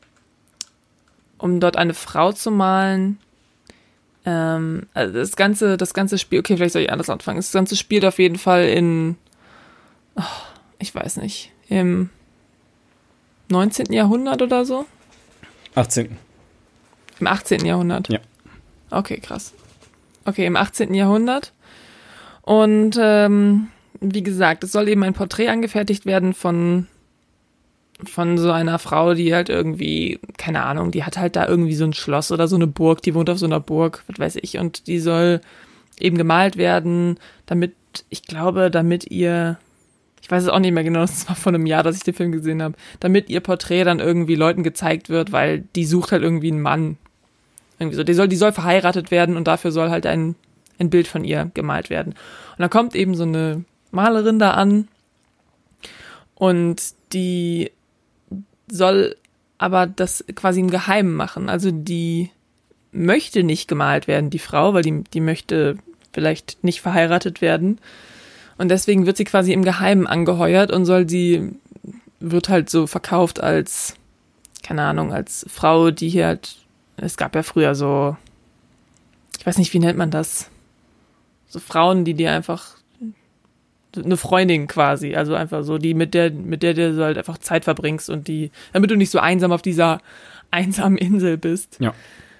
Speaker 1: um dort eine Frau zu malen. Ähm, also das ganze, das ganze Spiel, okay, vielleicht soll ich anders anfangen. Das ganze spielt auf jeden Fall in, oh, ich weiß nicht, im neunzehnten. Jahrhundert oder so?
Speaker 2: achtzehnten.
Speaker 1: Im achtzehnten. Jahrhundert?
Speaker 2: Ja.
Speaker 1: Okay, krass. Okay, im achtzehnten. Jahrhundert. Und ähm, wie gesagt, es soll eben ein Porträt angefertigt werden von von so einer Frau, die halt irgendwie, keine Ahnung, die hat halt da irgendwie so ein Schloss oder so eine Burg, die wohnt auf so einer Burg, was weiß ich, und die soll eben gemalt werden, damit, ich glaube, damit ihr, ich weiß es auch nicht mehr genau, das war vor einem Jahr, dass ich den Film gesehen habe, damit ihr Porträt dann irgendwie Leuten gezeigt wird, weil die sucht halt irgendwie einen Mann. Irgendwie so, die soll, die soll verheiratet werden und dafür soll halt ein, ein Bild von ihr gemalt werden. Und dann kommt eben so eine Malerin da an und die soll aber das quasi im Geheimen machen. Also die möchte nicht gemalt werden, die Frau, weil die, die möchte vielleicht nicht verheiratet werden. Und deswegen wird sie quasi im Geheimen angeheuert und soll sie, wird halt so verkauft als, keine Ahnung, als Frau, die hier halt, es gab ja früher so, ich weiß nicht, wie nennt man das? So Frauen, die dir einfach, eine Freundin quasi, also einfach so, die mit der, mit der du halt einfach Zeit verbringst und die, damit du nicht so einsam auf dieser einsamen Insel bist.
Speaker 2: Ja.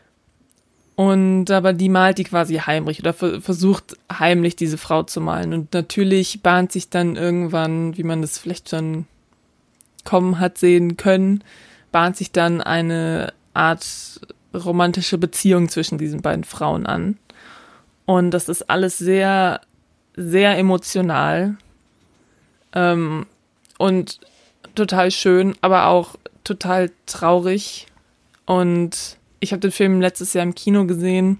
Speaker 1: Und aber die malt die quasi heimlich oder ver- versucht heimlich diese Frau zu malen. Und natürlich bahnt sich dann irgendwann, wie man das vielleicht schon kommen hat sehen können, bahnt sich dann eine Art romantische Beziehung zwischen diesen beiden Frauen an. Und das ist alles sehr, sehr emotional ähm, und total schön, aber auch total traurig. Und ich habe den Film letztes Jahr im Kino gesehen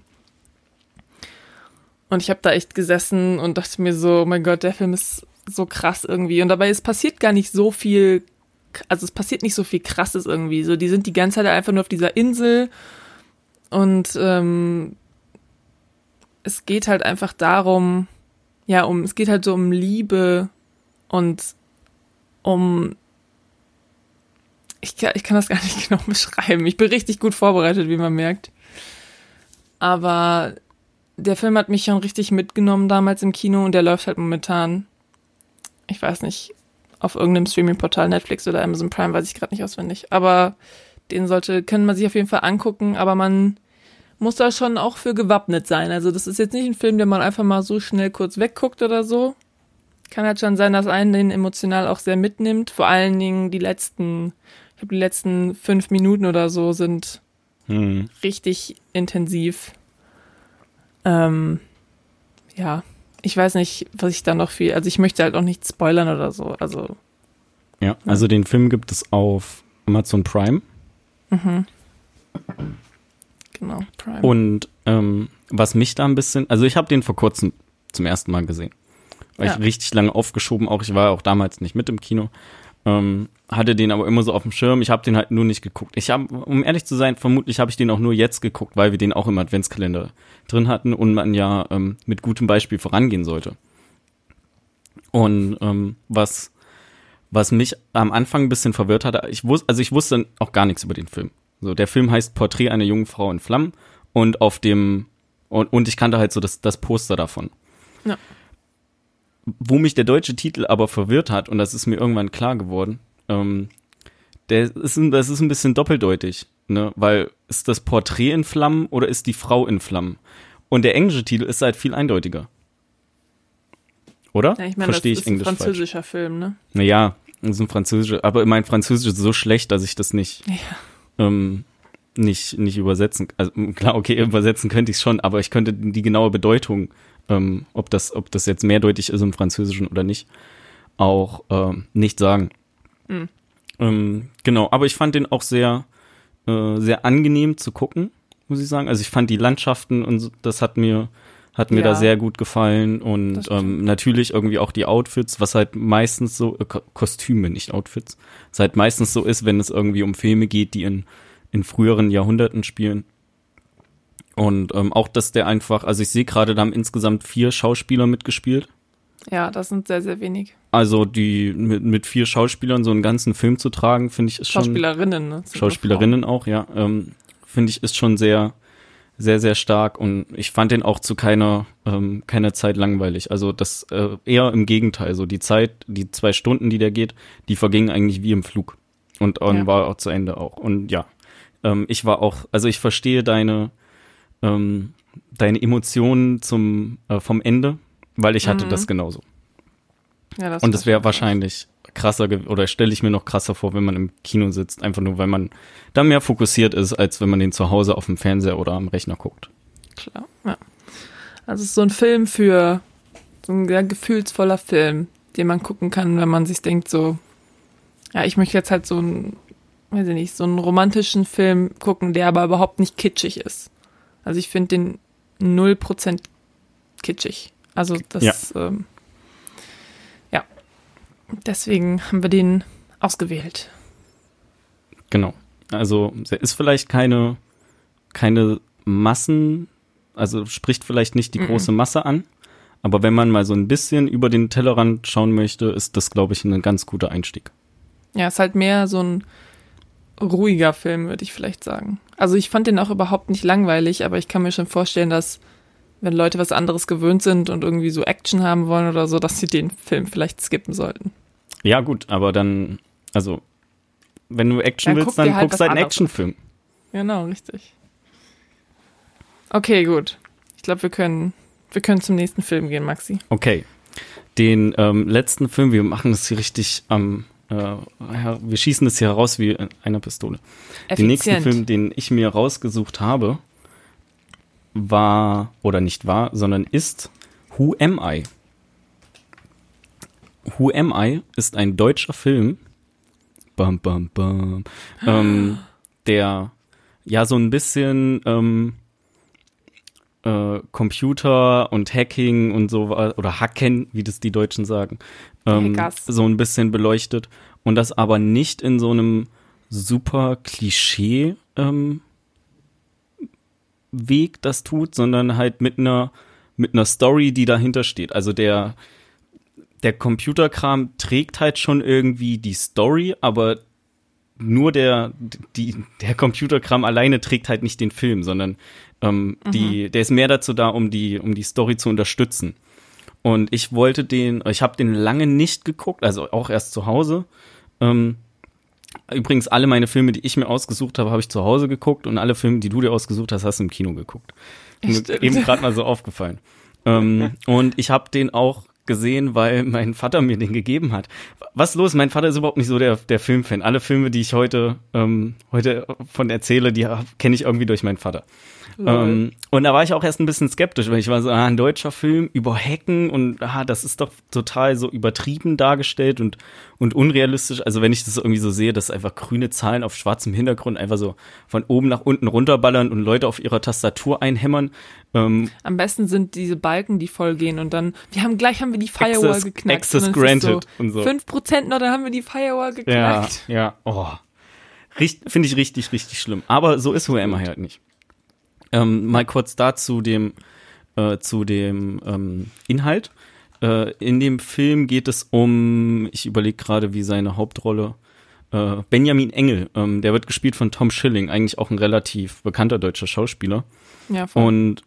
Speaker 1: und ich habe da echt gesessen und dachte mir so, oh mein Gott, der Film ist so krass irgendwie. Und dabei, es passiert gar nicht so viel, also es passiert nicht so viel Krasses irgendwie. So, die sind die ganze Zeit einfach nur auf dieser Insel und ähm, es geht halt einfach darum, ja, um, es geht halt so um Liebe und um, ich kann, ich kann das gar nicht genau beschreiben. Ich bin richtig gut vorbereitet, wie man merkt. Aber der Film hat mich schon richtig mitgenommen damals im Kino und der läuft halt momentan, ich weiß nicht, auf irgendeinem Streaming-Portal, Netflix oder Amazon Prime, weiß ich gerade nicht auswendig. Aber den sollte, können man sich auf jeden Fall angucken, aber man muss da schon auch für gewappnet sein. Also das ist jetzt nicht ein Film, den man einfach mal so schnell kurz wegguckt oder so. Kann halt schon sein, dass einen den emotional auch sehr mitnimmt. Vor allen Dingen die letzten, ich glaube die letzten fünf Minuten oder so sind hm. richtig intensiv. Ähm, ja, ich weiß nicht, was ich da noch viel, also ich möchte halt auch nicht spoilern oder so. Also
Speaker 2: ja, also ja. Den Film gibt es auf Amazon Prime.
Speaker 1: Mhm. Genau, Prime.
Speaker 2: Und ähm, was mich da ein bisschen, also ich habe den vor kurzem zum ersten Mal gesehen, weil ja. ich richtig lange aufgeschoben, auch ich war auch damals nicht mit im Kino, ähm, hatte den aber immer so auf dem Schirm, ich habe den halt nur nicht geguckt. Ich habe, um ehrlich zu sein, vermutlich habe ich den auch nur jetzt geguckt, weil wir den auch im Adventskalender drin hatten und man ja ähm, mit gutem Beispiel vorangehen sollte. Und ähm, was was mich am Anfang ein bisschen verwirrt hatte, ich wusste, also ich wusste auch gar nichts über den Film. So, der Film heißt Porträt einer jungen Frau in Flammen und auf dem, und, und ich kannte halt so das, das Poster davon.
Speaker 1: Ja.
Speaker 2: Wo mich der deutsche Titel aber verwirrt hat, und das ist mir irgendwann klar geworden, ähm, der ist ein, das ist ein bisschen doppeldeutig, ne, weil ist das Porträt in Flammen oder ist die Frau in Flammen? Und der englische Titel ist halt viel eindeutiger. Oder?
Speaker 1: Ja, ich meine,
Speaker 2: Verstehe
Speaker 1: das
Speaker 2: ich
Speaker 1: ist ein
Speaker 2: Englisch
Speaker 1: französischer
Speaker 2: falsch?
Speaker 1: Film, ne?
Speaker 2: Naja, das ist ein französischer, aber mein Französisch ist so schlecht, dass ich das nicht,
Speaker 1: ja.
Speaker 2: ähm, nicht, nicht übersetzen, also klar, okay, übersetzen könnte ich es schon, aber ich könnte die genaue Bedeutung, ähm, ob das, ob das jetzt mehrdeutig ist im Französischen oder nicht, auch ähm, nicht sagen.
Speaker 1: Mhm.
Speaker 2: Ähm, genau, aber ich fand den auch sehr, äh, sehr angenehm zu gucken, muss ich sagen. Also ich fand die Landschaften und so, das hat mir, hat mir
Speaker 1: Ja.
Speaker 2: da sehr gut gefallen
Speaker 1: Das
Speaker 2: und
Speaker 1: stimmt.
Speaker 2: ähm, natürlich irgendwie auch die Outfits, was halt meistens so, äh, Ko- Kostüme, nicht Outfits, was halt meistens so ist, wenn es irgendwie um Filme geht, die in, in früheren Jahrhunderten spielen. Und ähm, auch, dass der einfach, also ich sehe gerade, da haben insgesamt vier Schauspieler mitgespielt.
Speaker 1: Ja, das sind sehr, sehr wenig.
Speaker 2: Also die mit, mit vier Schauspielern so einen ganzen Film zu tragen, finde ich ist schon
Speaker 1: Schauspielerinnen, ne? Sind nur
Speaker 2: Schauspielerinnen auch, ja, ähm, finde ich ist schon sehr, sehr, sehr stark und ich fand den auch zu keiner, ähm, keiner Zeit langweilig. Also das äh, eher im Gegenteil. So die Zeit, die zwei Stunden, die der geht, die vergingen eigentlich wie im Flug und, und
Speaker 1: Ja.
Speaker 2: war auch zu Ende auch. Und ja, ähm, ich war auch, also ich verstehe deine, ähm, deine Emotionen zum äh, vom Ende, weil ich hatte
Speaker 1: Mhm.
Speaker 2: das genauso.
Speaker 1: Ja, das
Speaker 2: Und es wäre
Speaker 1: stimmt.
Speaker 2: wahrscheinlich krasser, ge- oder stelle ich mir noch krasser vor, wenn man im Kino sitzt, einfach nur, weil man da mehr fokussiert ist, als wenn man den zu Hause auf dem Fernseher oder am Rechner guckt.
Speaker 1: Klar, ja. Also es ist so ein Film für, so ein sehr gefühlsvoller Film, den man gucken kann, wenn man sich denkt so, ja, ich möchte jetzt halt so einen, weiß ich nicht, so einen romantischen Film gucken, der aber überhaupt nicht kitschig ist. Also ich finde den null Prozent kitschig. Also das, ja. Ähm, ja, deswegen haben wir den ausgewählt.
Speaker 2: Genau. Also er ist vielleicht keine, keine Massen, also spricht vielleicht nicht die
Speaker 1: Mhm.
Speaker 2: große Masse an, aber wenn man mal so ein bisschen über den Tellerrand schauen möchte, ist das, glaube ich, ein ganz guter Einstieg.
Speaker 1: Ja, ist halt mehr so ein ruhiger Film, würde ich vielleicht sagen. Also ich fand den auch überhaupt nicht langweilig, aber ich kann mir schon vorstellen, dass wenn Leute was anderes gewöhnt sind und irgendwie so Action haben wollen oder so, dass sie den Film vielleicht skippen sollten.
Speaker 2: Ja gut, aber dann, also wenn du Action
Speaker 1: Dann
Speaker 2: willst,
Speaker 1: guck dir
Speaker 2: dann
Speaker 1: halt
Speaker 2: guckst
Speaker 1: was
Speaker 2: du halt einen
Speaker 1: anderes
Speaker 2: Actionfilm.
Speaker 1: Genau, richtig. Okay, gut. Ich glaube, wir können, wir können zum nächsten Film gehen, Maxi.
Speaker 2: Okay. Den ähm, letzten Film, wir machen das hier richtig am, äh, ja, wir schießen das hier raus wie in einer Pistole. Den nächsten
Speaker 1: Effizient.
Speaker 2: Film, den ich mir rausgesucht habe, war, oder nicht war, sondern ist Who Am I? Who Am I ist ein deutscher Film, bam, bam, bam, ähm, der ja so ein bisschen ähm, äh, Computer und Hacking und so, oder Hacken, wie das die Deutschen sagen, ähm,
Speaker 1: Hackers.
Speaker 2: so ein bisschen beleuchtet und das aber nicht in so einem super Klischee ähm, Weg das tut, sondern halt mit einer mit einer Story, die dahinter steht. Also der der Computerkram trägt halt schon irgendwie die Story, aber nur der die der Computerkram alleine trägt halt nicht den Film, sondern ähm, mhm. die der ist mehr dazu da, um die um die Story zu unterstützen. Und ich wollte den, ich habe den lange nicht geguckt, also auch erst zu Hause. Ähm, Übrigens, alle meine Filme, die ich mir ausgesucht habe, habe ich zu Hause geguckt und alle Filme, die du dir ausgesucht hast, hast du im Kino geguckt. Mir eben gerade mal so aufgefallen. ähm, und ich habe den auch gesehen, weil mein Vater mir den gegeben hat. Was ist los? Mein Vater ist überhaupt nicht so der, der Filmfan. Alle Filme, die ich heute, ähm, heute von erzähle, die kenne ich irgendwie durch meinen Vater. Ähm, und da war ich auch erst ein bisschen skeptisch, weil ich war so, ah, ein deutscher Film über Hacken und ah, das ist doch total so übertrieben dargestellt und, und unrealistisch. Also wenn ich das irgendwie so sehe, dass einfach grüne Zahlen auf schwarzem Hintergrund einfach so von oben nach unten runterballern und Leute auf ihrer Tastatur einhämmern. Ähm,
Speaker 1: Am besten sind diese Balken, die voll gehen und dann, wir haben gleich haben wir die Firewall
Speaker 2: Access,
Speaker 1: geknackt.
Speaker 2: Access
Speaker 1: und dann ist es
Speaker 2: granted und so.
Speaker 1: fünf Prozent noch, dann haben wir die Firewall
Speaker 2: Ja,
Speaker 1: geknackt.
Speaker 2: ja, oh. Finde ich richtig, richtig schlimm. Aber so ist Who Am I halt nicht. Ähm, mal kurz dazu dem, äh, zu dem ähm, Inhalt. Äh, in dem Film geht es um, ich überlege gerade, wie seine Hauptrolle, äh, Benjamin Engel. Ähm, der wird gespielt von Tom Schilling, eigentlich auch ein relativ bekannter deutscher Schauspieler.
Speaker 1: Ja, voll.
Speaker 2: Und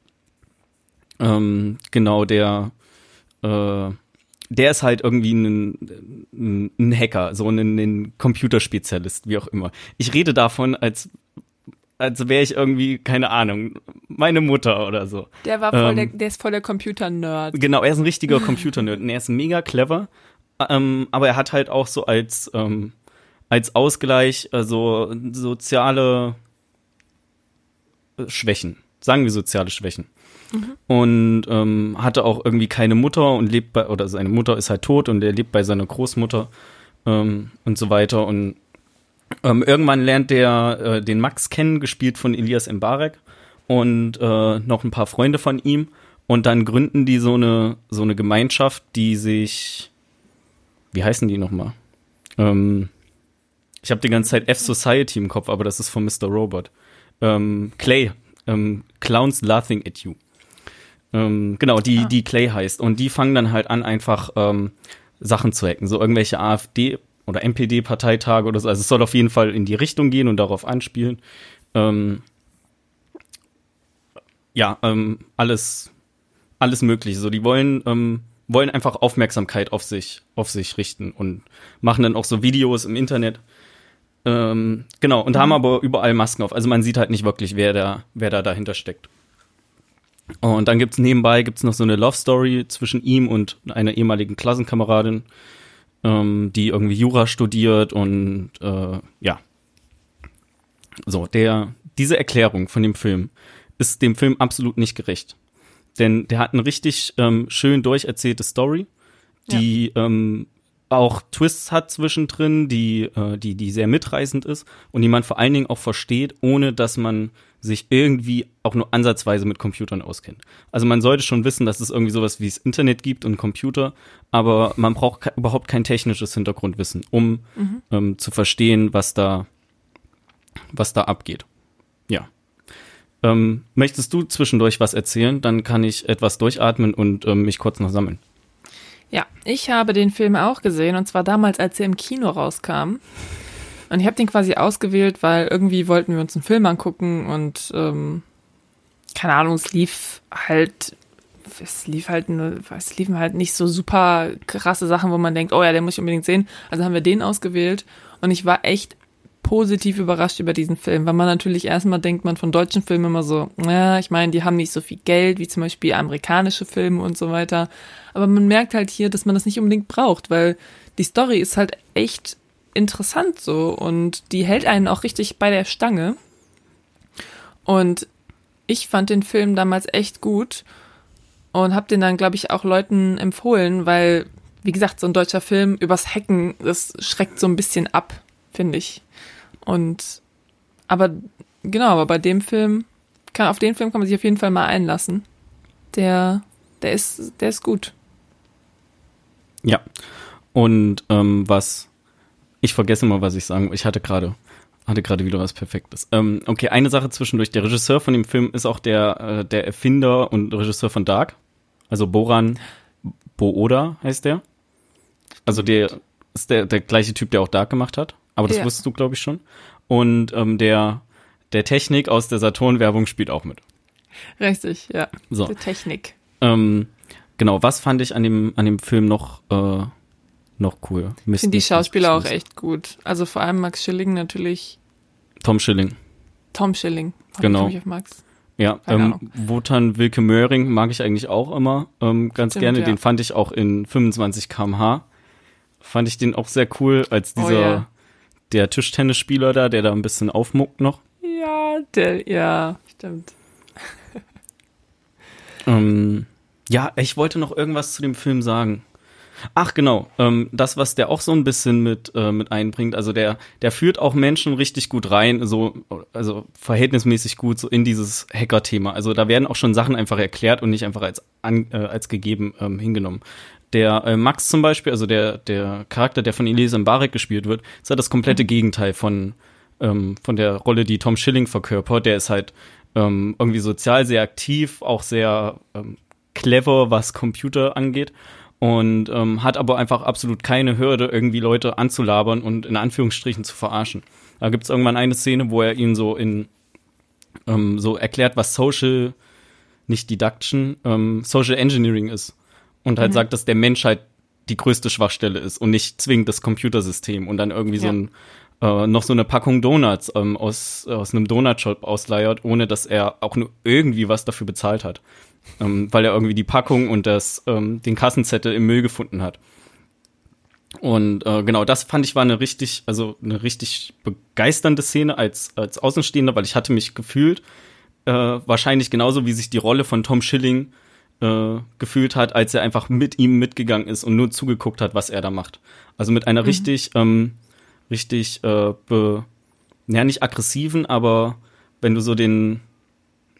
Speaker 2: ähm, genau, der äh, der ist halt irgendwie ein, ein, ein Hacker, so ein, ein Computerspezialist, wie auch immer. Ich rede davon, als als wäre ich irgendwie, keine Ahnung, meine Mutter oder so.
Speaker 1: Der war voll
Speaker 2: ähm,
Speaker 1: der, der ist voll der Computer-Nerd.
Speaker 2: Genau, er ist ein richtiger Computer-Nerd und er ist mega clever, ähm, aber er hat halt auch so als, ähm, als Ausgleich äh, so soziale Schwächen, sagen wir soziale Schwächen. Mhm. Und ähm, hatte auch irgendwie keine Mutter und lebt bei, oder seine Mutter ist halt tot und er lebt bei seiner Großmutter ähm, und so weiter. Und ähm, irgendwann lernt der äh, den Max kennen, gespielt von Elias Mbarek und äh, noch ein paar Freunde von ihm. Und dann gründen die so eine, so eine Gemeinschaft, die sich, wie heißen die nochmal? Ähm, ich habe die ganze Zeit F-Society im Kopf, aber das ist von Mister Robot. Ähm, Clay, ähm, Clowns Laughing at You. Ähm, genau, die, ah. die Clay heißt. Und die fangen dann halt an, einfach ähm, Sachen zu hacken. So irgendwelche AfD- oder M P D-Parteitage oder so. Also es soll auf jeden Fall in die Richtung gehen und darauf anspielen. Ähm, ja, ähm, alles, alles Mögliche. So, die wollen, ähm, wollen einfach Aufmerksamkeit auf sich, auf sich richten und machen dann auch so Videos im Internet. Ähm, genau, und mhm. haben aber überall Masken auf. Also man sieht halt nicht wirklich, wer da, wer da dahinter steckt. Und dann gibt's nebenbei gibt's noch so eine Love Story zwischen ihm und einer ehemaligen Klassenkameradin, ähm, die irgendwie Jura studiert und äh, ja. So, der, diese Erklärung von dem Film ist dem Film absolut nicht gerecht. Denn der hat eine richtig ähm, schön durcherzählte Story, die ja. ähm, auch Twists hat zwischendrin, die, äh, die, die sehr mitreißend ist und die man vor allen Dingen auch versteht, ohne dass man sich irgendwie auch nur ansatzweise mit Computern auskennt. Also man sollte schon wissen, dass es irgendwie sowas wie das Internet gibt und Computer, aber man braucht ke- überhaupt kein technisches Hintergrundwissen, um mhm. ähm, zu verstehen, was da, was da abgeht. Ja. Ähm, möchtest du zwischendurch was erzählen? Dann kann ich etwas durchatmen und ähm, mich kurz noch sammeln.
Speaker 1: Ja, ich habe den Film auch gesehen und zwar damals, als er im Kino rauskam. Und ich habe den quasi ausgewählt, weil irgendwie wollten wir uns einen Film angucken und ähm, keine Ahnung, es lief halt, es lief halt, nur, es liefen halt nicht so super krasse Sachen, wo man denkt, oh ja, den muss ich unbedingt sehen. Also haben wir den ausgewählt und ich war echt positiv überrascht über diesen Film, weil man natürlich erstmal denkt man von deutschen Filmen immer so, ja, ich meine, die haben nicht so viel Geld wie zum Beispiel amerikanische Filme und so weiter, aber man merkt halt hier, dass man das nicht unbedingt braucht, weil die Story ist halt echt interessant so und die hält einen auch richtig bei der Stange und ich fand den Film damals echt gut und habe den dann, glaube ich, auch Leuten empfohlen, weil, wie gesagt, so ein deutscher Film übers Hacken, das schreckt so ein bisschen ab, finde ich. Und, aber, genau, aber bei dem Film, kann, auf den Film kann man sich auf jeden Fall mal einlassen. Der, der ist, der ist gut.
Speaker 2: Ja. Und, ähm, was, ich vergesse mal, was ich sagen, ich hatte gerade, hatte gerade wieder was Perfektes. Ähm, okay, eine Sache zwischendurch, der Regisseur von dem Film ist auch der, äh, der Erfinder und Regisseur von Dark. Also Boran Booda heißt der. Also der ist der, der gleiche Typ, der auch Dark gemacht hat. Aber das ja. wusstest du, glaube ich, schon. Und ähm, der, der Technik aus der Saturn-Werbung spielt auch mit.
Speaker 1: Richtig, ja.
Speaker 2: So.
Speaker 1: Die Technik.
Speaker 2: Ähm, genau, was fand ich an dem, an dem Film noch, äh, noch cool?
Speaker 1: Ich finde die Schauspieler auch echt gut. Also vor allem Max Schilling natürlich.
Speaker 2: Tom Schilling.
Speaker 1: Tom Schilling.
Speaker 2: Genau.
Speaker 1: Ich auf Max.
Speaker 2: Ja, ähm, Wotan Wilke Möhring mag ich eigentlich auch immer ähm, ganz Stimmt, gerne. Ja. Den fand ich auch in fünfundzwanzig Kilometer pro Stunde. Fand ich den auch sehr cool, als dieser... Oh, ja. Der Tischtennisspieler da, der da ein bisschen aufmuckt noch.
Speaker 1: Ja, der, ja, stimmt.
Speaker 2: ähm, ja, ich wollte noch irgendwas zu dem Film sagen. Ach, genau, ähm, das, was der auch so ein bisschen mit, äh, mit einbringt, also der, der führt auch Menschen richtig gut rein, so, also verhältnismäßig gut so in dieses Hacker-Thema. Also da werden auch schon Sachen einfach erklärt und nicht einfach als, an, äh, als gegeben ähm, hingenommen. Der äh, Max zum Beispiel, also der, der Charakter, der von Elisa Mbarek gespielt wird, ist halt das komplette Gegenteil von, ähm, von der Rolle, die Tom Schilling verkörpert. Der ist halt ähm, irgendwie sozial sehr aktiv, auch sehr ähm, clever, was Computer angeht und ähm, hat aber einfach absolut keine Hürde, irgendwie Leute anzulabern und in Anführungsstrichen zu verarschen. Da gibt's irgendwann eine Szene, wo er ihnen so in ähm, so erklärt, was Social, nicht Deduction, ähm, Social Engineering ist. Und halt mhm. sagt, dass der Mensch halt die größte Schwachstelle ist und nicht zwingend das Computersystem und dann irgendwie ja. so ein äh, noch so eine Packung Donuts ähm, aus, aus einem Donutshop ausleiert, ohne dass er auch nur irgendwie was dafür bezahlt hat. Ähm, weil er irgendwie die Packung und das, ähm, den Kassenzettel im Müll gefunden hat. Und äh, genau, das fand ich war eine richtig, also eine richtig begeisternde Szene als, als Außenstehender, weil ich hatte mich gefühlt, äh, wahrscheinlich genauso wie sich die Rolle von Tom Schilling äh, gefühlt hat, als er einfach mit ihm mitgegangen ist und nur zugeguckt hat, was er da macht. Also mit einer mhm. richtig, ähm, richtig, äh, be, ja nicht aggressiven, aber wenn du so den,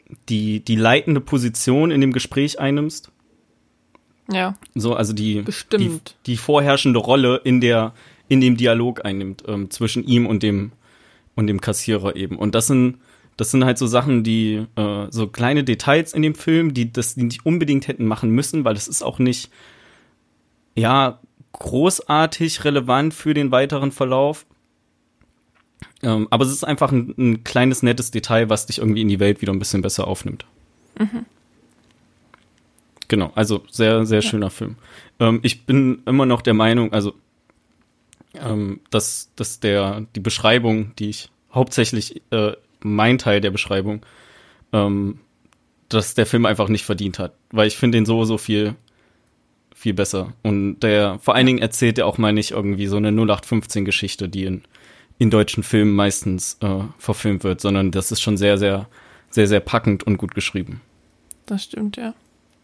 Speaker 2: die, die leitende Position in dem Gespräch einnimmst.
Speaker 1: Ja.
Speaker 2: So, also die,
Speaker 1: Bestimmt.
Speaker 2: die, die vorherrschende Rolle in der, in dem Dialog einnimmt, ähm, zwischen ihm und dem, und dem Kassierer eben. Und das sind, das sind halt so Sachen, die, äh, so kleine Details in dem Film, die das die nicht unbedingt hätten machen müssen, weil es ist auch nicht, ja, großartig relevant für den weiteren Verlauf. Ähm, aber es ist einfach ein, ein kleines, nettes Detail, was dich irgendwie in die Welt wieder ein bisschen besser aufnimmt. Mhm. Genau, also sehr, sehr schöner ja. Film. Ähm, ich bin immer noch der Meinung, also, ähm, dass, dass der, die Beschreibung, die ich hauptsächlich, äh, mein Teil der Beschreibung, ähm, dass der Film einfach nicht verdient hat. Weil ich finde den so, so viel, viel besser. Und der, vor allen Dingen erzählt er auch mal nicht irgendwie so eine null acht fünfzehn Geschichte, die in, in deutschen Filmen meistens äh, verfilmt wird, sondern das ist schon sehr, sehr, sehr, sehr packend und gut geschrieben.
Speaker 1: Das stimmt, ja.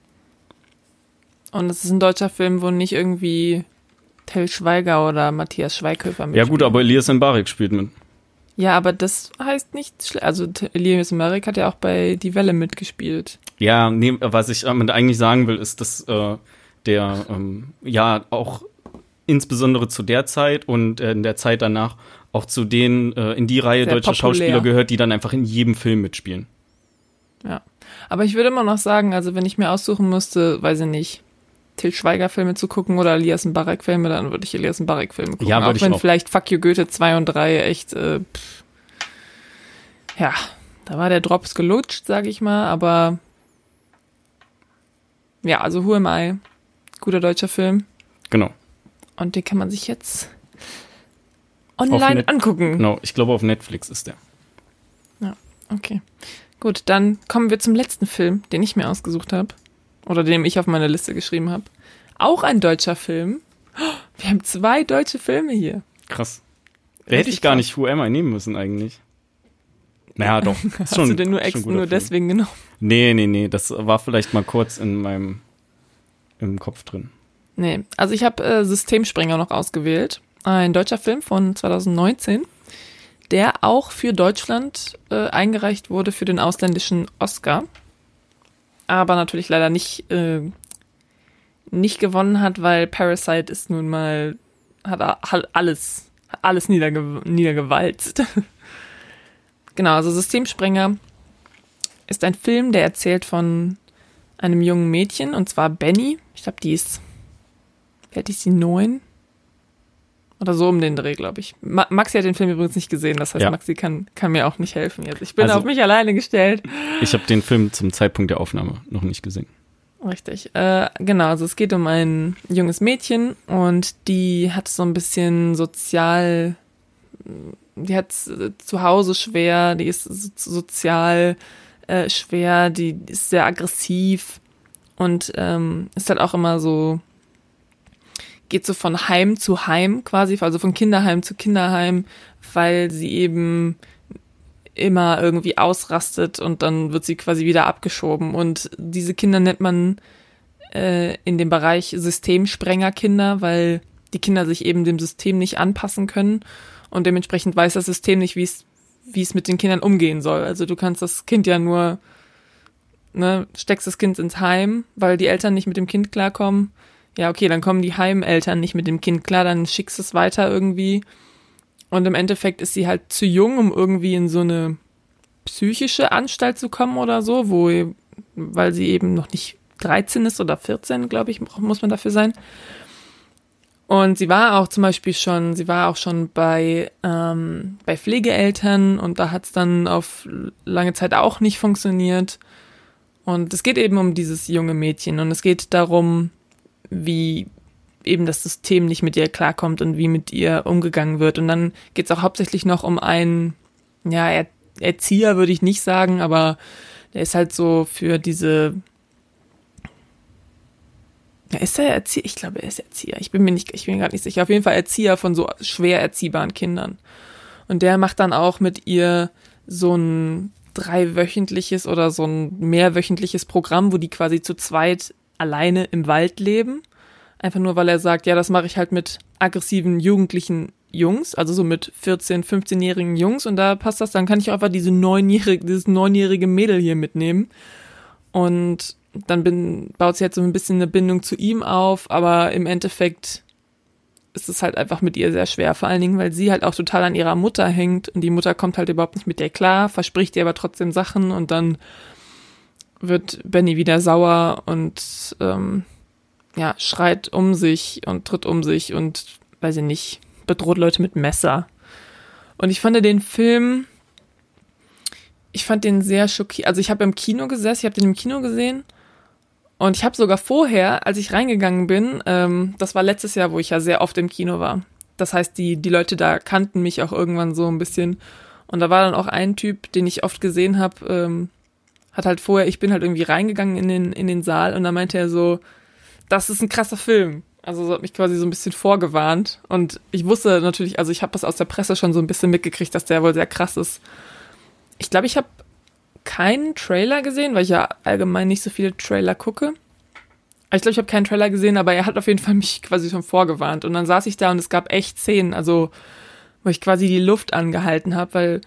Speaker 1: Und es ist ein deutscher Film, wo nicht irgendwie Till Schweiger oder Matthias Schweighöfer mitspielen.
Speaker 2: Ja gut, aber Elias Mbarek spielt mit.
Speaker 1: Ja, aber das heißt nicht schlecht. Also Elias Mbarek hat ja auch bei Die Welle mitgespielt.
Speaker 2: Ja, nee, was ich damit eigentlich sagen will, ist, dass äh, der ähm, ja auch insbesondere zu der Zeit und äh, in der Zeit danach auch zu den äh, in die Reihe
Speaker 1: Sehr
Speaker 2: deutscher
Speaker 1: populär.
Speaker 2: Schauspieler gehört, die dann einfach in jedem Film mitspielen.
Speaker 1: Ja, aber ich würde immer noch sagen, also wenn ich mir aussuchen müsste, weiß ich nicht, Til Schweiger-Filme zu gucken oder Elias Mbarek-Filme, dann würde ich Elias Mbarek-Filme gucken.
Speaker 2: Ja,
Speaker 1: auch
Speaker 2: ich
Speaker 1: wenn
Speaker 2: auch.
Speaker 1: vielleicht Fuck You Goethe zwei und drei echt, äh, pff, ja, da war der Drops gelutscht, sag ich mal, aber ja, also Who Am I? Guter deutscher Film.
Speaker 2: Genau.
Speaker 1: Und den kann man sich jetzt online
Speaker 2: Net-
Speaker 1: angucken.
Speaker 2: Genau, ich glaube auf Netflix ist der.
Speaker 1: Ja, okay. Gut, dann kommen wir zum letzten Film, den ich mir ausgesucht habe. Oder den ich auf meine Liste geschrieben habe. Auch ein deutscher Film. Wir haben zwei deutsche Filme hier.
Speaker 2: Krass. Da hätte ich gar nicht Who Am I nehmen müssen eigentlich. Naja, doch. Ist
Speaker 1: Hast
Speaker 2: schon,
Speaker 1: du den nur,
Speaker 2: schon
Speaker 1: ex-
Speaker 2: guter
Speaker 1: nur
Speaker 2: Film.
Speaker 1: deswegen genommen?
Speaker 2: Nee, nee, nee. Das war vielleicht mal kurz in meinem im Kopf drin.
Speaker 1: Nee, also ich habe äh, Systemspringer noch ausgewählt. Ein deutscher Film von zwanzig neunzehn, der auch für Deutschland äh, eingereicht wurde für den ausländischen Oscar. Aber natürlich leider nicht, äh, nicht gewonnen hat, weil Parasite ist nun mal, hat, hat alles, alles niederge- niedergewalzt. Genau, also Systemspringer ist ein Film, der erzählt von einem jungen Mädchen, und zwar Benny. Ich glaube, die ist, wie alt ist die, neun? Oder so um den Dreh, glaube ich. Ma- Maxi hat den Film übrigens nicht gesehen, das heißt,
Speaker 2: Ja.
Speaker 1: Maxi kann, kann mir auch nicht helfen jetzt. Ich bin
Speaker 2: Also-
Speaker 1: auf mich alleine gestellt.
Speaker 2: Ich habe den Film zum Zeitpunkt der Aufnahme noch nicht gesehen.
Speaker 1: Richtig. Äh, genau, also es geht um ein junges Mädchen und die hat so ein bisschen sozial, die hat zu Hause schwer, die ist so, sozial äh, schwer, die ist sehr aggressiv und ähm, ist halt auch immer so, geht so von Heim zu Heim quasi, also von Kinderheim zu Kinderheim, weil sie eben immer irgendwie ausrastet und dann wird sie quasi wieder abgeschoben. Und diese Kinder nennt man äh, in dem Bereich Systemsprengerkinder, weil die Kinder sich eben dem System nicht anpassen können und dementsprechend weiß das System nicht, wie es wie es mit den Kindern umgehen soll. Also du kannst das Kind ja nur, ne, steckst das Kind ins Heim, weil die Eltern nicht mit dem Kind klarkommen. Ja, okay, dann kommen die Heimeltern nicht mit dem Kind klar, dann schickst du es weiter irgendwie. Und im Endeffekt ist sie halt zu jung, um irgendwie in so eine psychische Anstalt zu kommen oder so, wo, weil sie eben noch nicht dreizehn ist oder vierzehn, glaube ich, muss man dafür sein. Und sie war auch zum Beispiel schon, sie war auch schon bei, ähm, bei Pflegeeltern und da hat es dann auf lange Zeit auch nicht funktioniert. Und es geht eben um dieses junge Mädchen und es geht darum, wie eben das System nicht mit ihr klarkommt und wie mit ihr umgegangen wird. Und dann geht es auch hauptsächlich noch um einen, ja, er- Erzieher würde ich nicht sagen, aber der ist halt so für diese, ja, ist er Erzieher? Ich glaube, er ist Erzieher. Ich bin mir nicht, ich bin gerade nicht sicher. Auf jeden Fall Erzieher von so schwer erziehbaren Kindern. Und der macht dann auch mit ihr so ein dreiwöchentliches oder so ein mehrwöchentliches Programm, wo die quasi zu zweit alleine im Wald leben. Einfach nur, weil er sagt, ja, das mache ich halt mit aggressiven Jugendlichen Jungs, also so mit vierzehn-, fünfzehnjährigen Jungs und da passt das, dann kann ich auch einfach diese neunjährige, dieses neunjährige Mädel hier mitnehmen und dann bin, baut sie jetzt so ein bisschen eine Bindung zu ihm auf, aber im Endeffekt ist es halt einfach mit ihr sehr schwer, vor allen Dingen, weil sie halt auch total an ihrer Mutter hängt und die Mutter kommt halt überhaupt nicht mit ihr klar, verspricht ihr aber trotzdem Sachen und dann wird Benny wieder sauer und ähm, ja, schreit um sich und tritt um sich und, weiß ich nicht, bedroht Leute mit Messer. Und ich fand den Film, ich fand den sehr schockierend, also ich habe im Kino gesessen, ich habe den im Kino gesehen und ich habe sogar vorher, als ich reingegangen bin, ähm, das war letztes Jahr, wo ich ja sehr oft im Kino war. Das heißt, die, die Leute da kannten mich auch irgendwann so ein bisschen. Und da war dann auch ein Typ, den ich oft gesehen habe, ähm, hat halt vorher, ich bin halt irgendwie reingegangen in den, in den Saal und da meinte er so, das ist ein krasser Film. Also so hat mich quasi so ein bisschen vorgewarnt. Und ich wusste natürlich, also ich habe das aus der Presse schon so ein bisschen mitgekriegt, dass der wohl sehr krass ist. Ich glaube, ich habe keinen Trailer gesehen, weil ich ja allgemein nicht so viele Trailer gucke. Ich glaube, ich habe keinen Trailer gesehen, aber er hat auf jeden Fall mich quasi schon vorgewarnt. Und dann saß ich da und es gab echt Szenen, also wo ich quasi die Luft angehalten habe, weil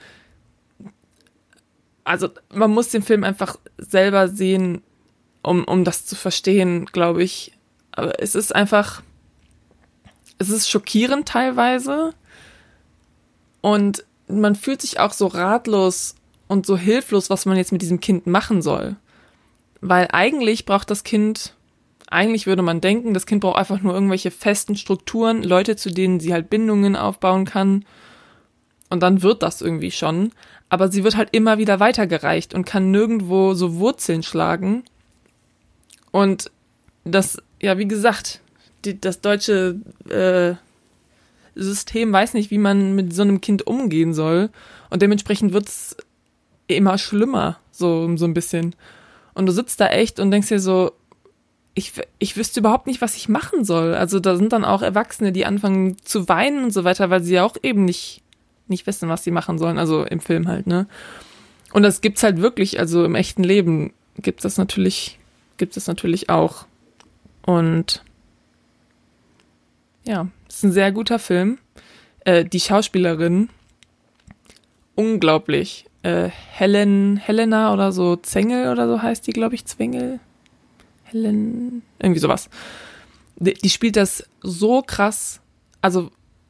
Speaker 1: also man muss den Film einfach selber sehen, um, um das zu verstehen, glaube ich. Aber es ist einfach, es ist schockierend teilweise und man fühlt sich auch so ratlos und so hilflos, was man jetzt mit diesem Kind machen soll. Weil eigentlich braucht das Kind, eigentlich würde man denken, das Kind braucht einfach nur irgendwelche festen Strukturen, Leute, zu denen sie halt Bindungen aufbauen kann. Und dann wird das irgendwie schon. Aber sie wird halt immer wieder weitergereicht und kann nirgendwo so Wurzeln schlagen. Und das, ja, wie gesagt, die, das deutsche äh, System weiß nicht, wie man mit so einem Kind umgehen soll. Und dementsprechend wird's immer schlimmer, so, so ein bisschen. Und du sitzt da echt und denkst dir so, ich, ich wüsste überhaupt nicht, was ich machen soll. Also da sind dann auch Erwachsene, die anfangen zu weinen und so weiter, weil sie ja auch eben nicht, nicht wissen, was sie machen sollen. Also im Film halt, ne? Und das gibt's halt wirklich, also im echten Leben gibt's das natürlich, gibt's das natürlich auch. Und ja, es ist ein sehr guter Film. Äh, die Schauspielerin, unglaublich. Äh, Helen, Helena oder so, Zengel oder so heißt die, glaube ich, Zwengel. Helen, irgendwie sowas. Die, die spielt das so krass. Also,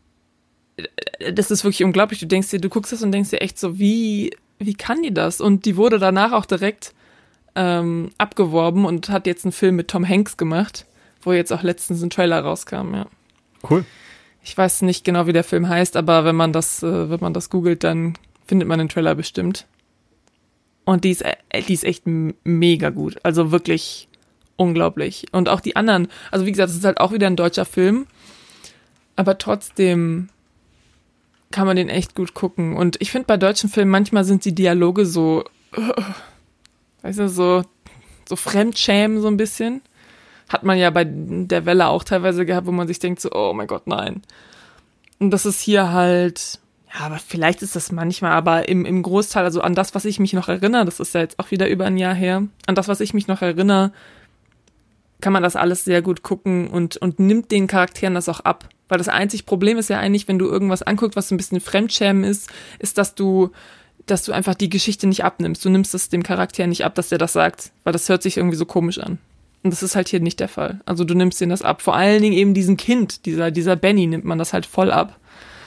Speaker 1: das ist wirklich unglaublich. Du denkst dir, du guckst das und denkst dir echt so, wie, wie kann die das? Und die wurde danach auch direkt ähm, abgeworben und hat jetzt einen Film mit Tom Hanks gemacht, wo jetzt auch letztens ein Trailer rauskam, ja.
Speaker 2: Cool.
Speaker 1: Ich weiß nicht genau, wie der Film heißt, aber wenn man das, äh, wenn man das googelt, dann findet man den Trailer bestimmt. Und die ist, äh, die ist echt m- mega gut. Also wirklich unglaublich. Und auch die anderen, also wie gesagt, es ist halt auch wieder ein deutscher Film, aber trotzdem kann man den echt gut gucken. Und ich finde, bei deutschen Filmen manchmal sind die Dialoge so, uh, weißt du, so, so Fremdschämen so ein bisschen. Hat man ja bei der Welle auch teilweise gehabt, wo man sich denkt so, oh mein Gott, nein. Und das ist hier halt, ja, aber vielleicht ist das manchmal, aber im, im Großteil, also an das, was ich mich noch erinnere, das ist ja jetzt auch wieder über ein Jahr her, an das, was ich mich noch erinnere, kann man das alles sehr gut gucken und, und nimmt den Charakteren das auch ab. Weil das einzige Problem ist ja eigentlich, wenn du irgendwas anguckst, was so ein bisschen Fremdschämen ist, ist, dass du, dass du einfach die Geschichte nicht abnimmst. Du nimmst es dem Charakter nicht ab, dass der das sagt, weil das hört sich irgendwie so komisch an. Und das ist halt hier nicht der Fall. Also du nimmst denen das ab. Vor allen Dingen eben diesem Kind, dieser, dieser Benny, nimmt man das halt voll ab.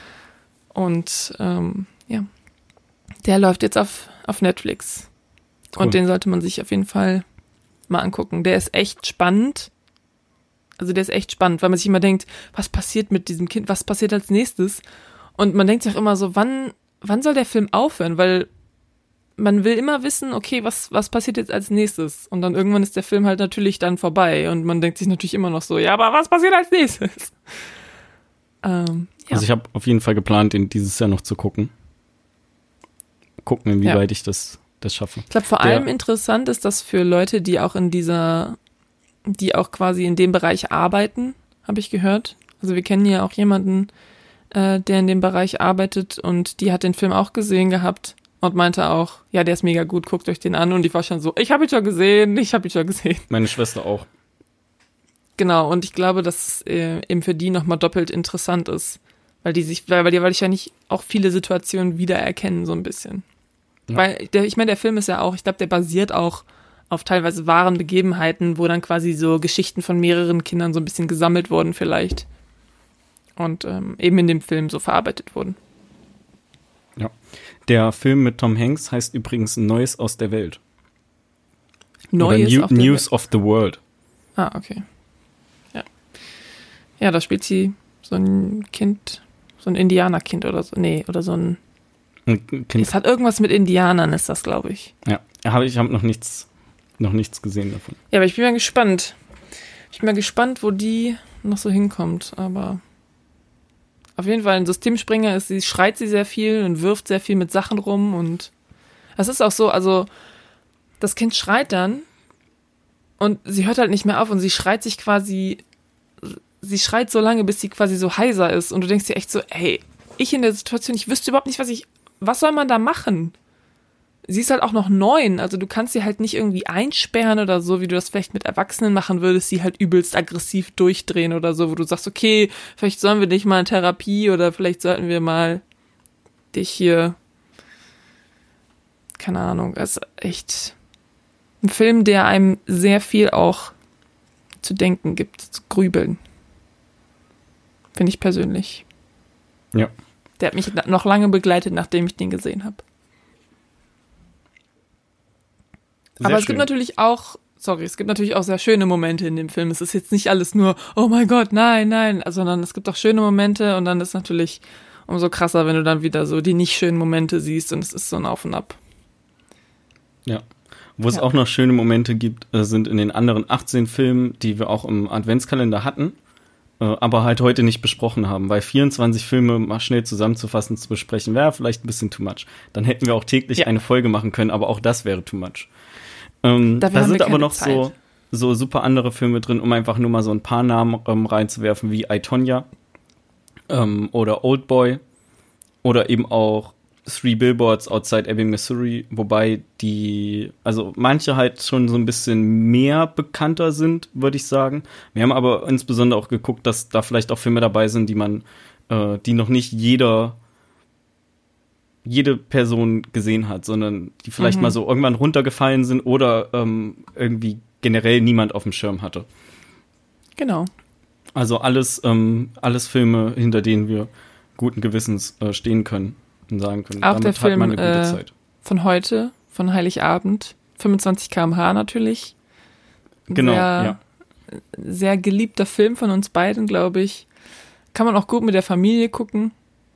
Speaker 1: Und ähm, ja, der läuft jetzt auf, auf Netflix. Cool. Und den sollte man sich auf jeden Fall mal angucken. Der ist echt spannend. Also der ist echt spannend, weil man sich immer denkt, was passiert mit diesem Kind? Was passiert als nächstes? Und man denkt sich auch immer so, wann, wann soll der Film aufhören? Weil man will immer wissen, okay, was, was passiert jetzt als nächstes? Und dann irgendwann ist der Film halt natürlich dann vorbei und man denkt sich natürlich immer noch so, ja, aber was passiert als nächstes? Ähm, ja.
Speaker 2: Also ich habe auf jeden Fall geplant, den dieses Jahr noch zu gucken. Gucken, inwieweit ja. ich das, das schaffe.
Speaker 1: Ich glaube, vor der, allem interessant ist das für Leute, die auch in dieser, die auch quasi in dem Bereich arbeiten, habe ich gehört. Also wir kennen ja auch jemanden, äh, der in dem Bereich arbeitet und die hat den Film auch gesehen gehabt. Und meinte auch, ja, der ist mega gut, guckt euch den an. Und die war schon so, ich habe ihn schon gesehen, ich habe ihn schon gesehen.
Speaker 2: Meine Schwester auch.
Speaker 1: Genau, und ich glaube, dass es äh, eben für die nochmal doppelt interessant ist. Weil die sich, weil, weil die wahrscheinlich auch viele Situationen wiedererkennen, so ein bisschen. Ja. Weil, der, ich meine, der Film ist ja auch, ich glaube, der basiert auch auf teilweise wahren Begebenheiten, wo dann quasi so Geschichten von mehreren Kindern so ein bisschen gesammelt wurden vielleicht. Und ähm, eben in dem Film so verarbeitet wurden.
Speaker 2: Ja. Der Film mit Tom Hanks heißt übrigens Neues aus der Welt.
Speaker 1: Neues
Speaker 2: New,
Speaker 1: auf der
Speaker 2: News
Speaker 1: Welt.
Speaker 2: of the World.
Speaker 1: Ah, okay. Ja. Ja, da spielt sie so ein Kind, so ein Indianerkind oder so. Nee, oder so ein.
Speaker 2: ein kind.
Speaker 1: Es hat irgendwas mit Indianern, ist das, glaube ich.
Speaker 2: Ja, hab ich habe noch nichts, noch nichts gesehen davon.
Speaker 1: Ja, aber ich bin mal gespannt. Ich bin mal gespannt, wo die noch so hinkommt, aber. Auf jeden Fall ein Systemspringer ist, sie schreit sie sehr viel und wirft sehr viel mit Sachen rum und es ist auch so, also das Kind schreit dann und sie hört halt nicht mehr auf und sie schreit sich quasi, sie schreit so lange, bis sie quasi so heiser ist und du denkst dir echt so, ey, ich in der Situation, ich wüsste überhaupt nicht, was ich, was soll man da machen? Sie ist halt auch noch neun, also du kannst sie halt nicht irgendwie einsperren oder so, wie du das vielleicht mit Erwachsenen machen würdest, sie halt übelst aggressiv durchdrehen oder so, wo du sagst, okay, vielleicht sollen wir dich mal in Therapie oder vielleicht sollten wir mal dich hier, keine Ahnung, es ist echt ein Film, der einem sehr viel auch zu denken gibt, zu grübeln. Finde ich persönlich.
Speaker 2: Ja.
Speaker 1: Der hat mich noch lange begleitet, nachdem ich den gesehen habe.
Speaker 2: Sehr
Speaker 1: Aber es
Speaker 2: schön.
Speaker 1: gibt natürlich auch, sorry, es gibt natürlich auch sehr schöne Momente in dem Film. Es ist jetzt nicht alles nur, oh mein Gott, nein, nein, sondern es gibt auch schöne Momente und dann ist natürlich umso krasser, wenn du dann wieder so die nicht schönen Momente siehst und es ist so ein Auf und Ab.
Speaker 2: Ja. Wo es
Speaker 1: Ja.
Speaker 2: auch noch schöne Momente gibt, äh, sind in den anderen achtzehn Filmen, die wir auch im Adventskalender hatten, äh, aber halt heute nicht besprochen haben, weil vierundzwanzig Filme mal schnell zusammenzufassen, zu besprechen, wäre vielleicht ein bisschen too much. Dann hätten wir auch täglich
Speaker 1: Ja.
Speaker 2: eine Folge machen können, aber auch das wäre too much. Ähm,
Speaker 1: Dafür
Speaker 2: da
Speaker 1: haben
Speaker 2: sind
Speaker 1: wir
Speaker 2: aber
Speaker 1: keine
Speaker 2: noch
Speaker 1: Zeit.
Speaker 2: so, so super andere Filme drin, um einfach nur mal so ein paar Namen ähm, reinzuwerfen, wie I, Tonya ähm, oder Oldboy oder eben auch Three Billboards Outside Ebbing, Missouri, wobei die, also manche halt schon so ein bisschen mehr bekannter sind, würde ich sagen. Wir haben aber insbesondere auch geguckt, dass da vielleicht auch Filme dabei sind, die man, äh, die noch nicht jeder jede Person gesehen hat, sondern die vielleicht
Speaker 1: Mhm.
Speaker 2: mal so irgendwann runtergefallen sind oder ähm, irgendwie generell niemand auf dem Schirm hatte.
Speaker 1: Genau.
Speaker 2: Also alles, ähm, alles Filme, hinter denen wir guten Gewissens äh, stehen können und sagen können,
Speaker 1: Auch der
Speaker 2: damit
Speaker 1: Film
Speaker 2: hat man eine gute
Speaker 1: äh,
Speaker 2: Zeit.
Speaker 1: von heute, von Heiligabend, fünfundzwanzig Kilometer pro Stunde natürlich.
Speaker 2: Genau,
Speaker 1: sehr,
Speaker 2: ja.
Speaker 1: Sehr geliebter Film von uns beiden, glaube ich. Kann man auch gut mit der Familie gucken.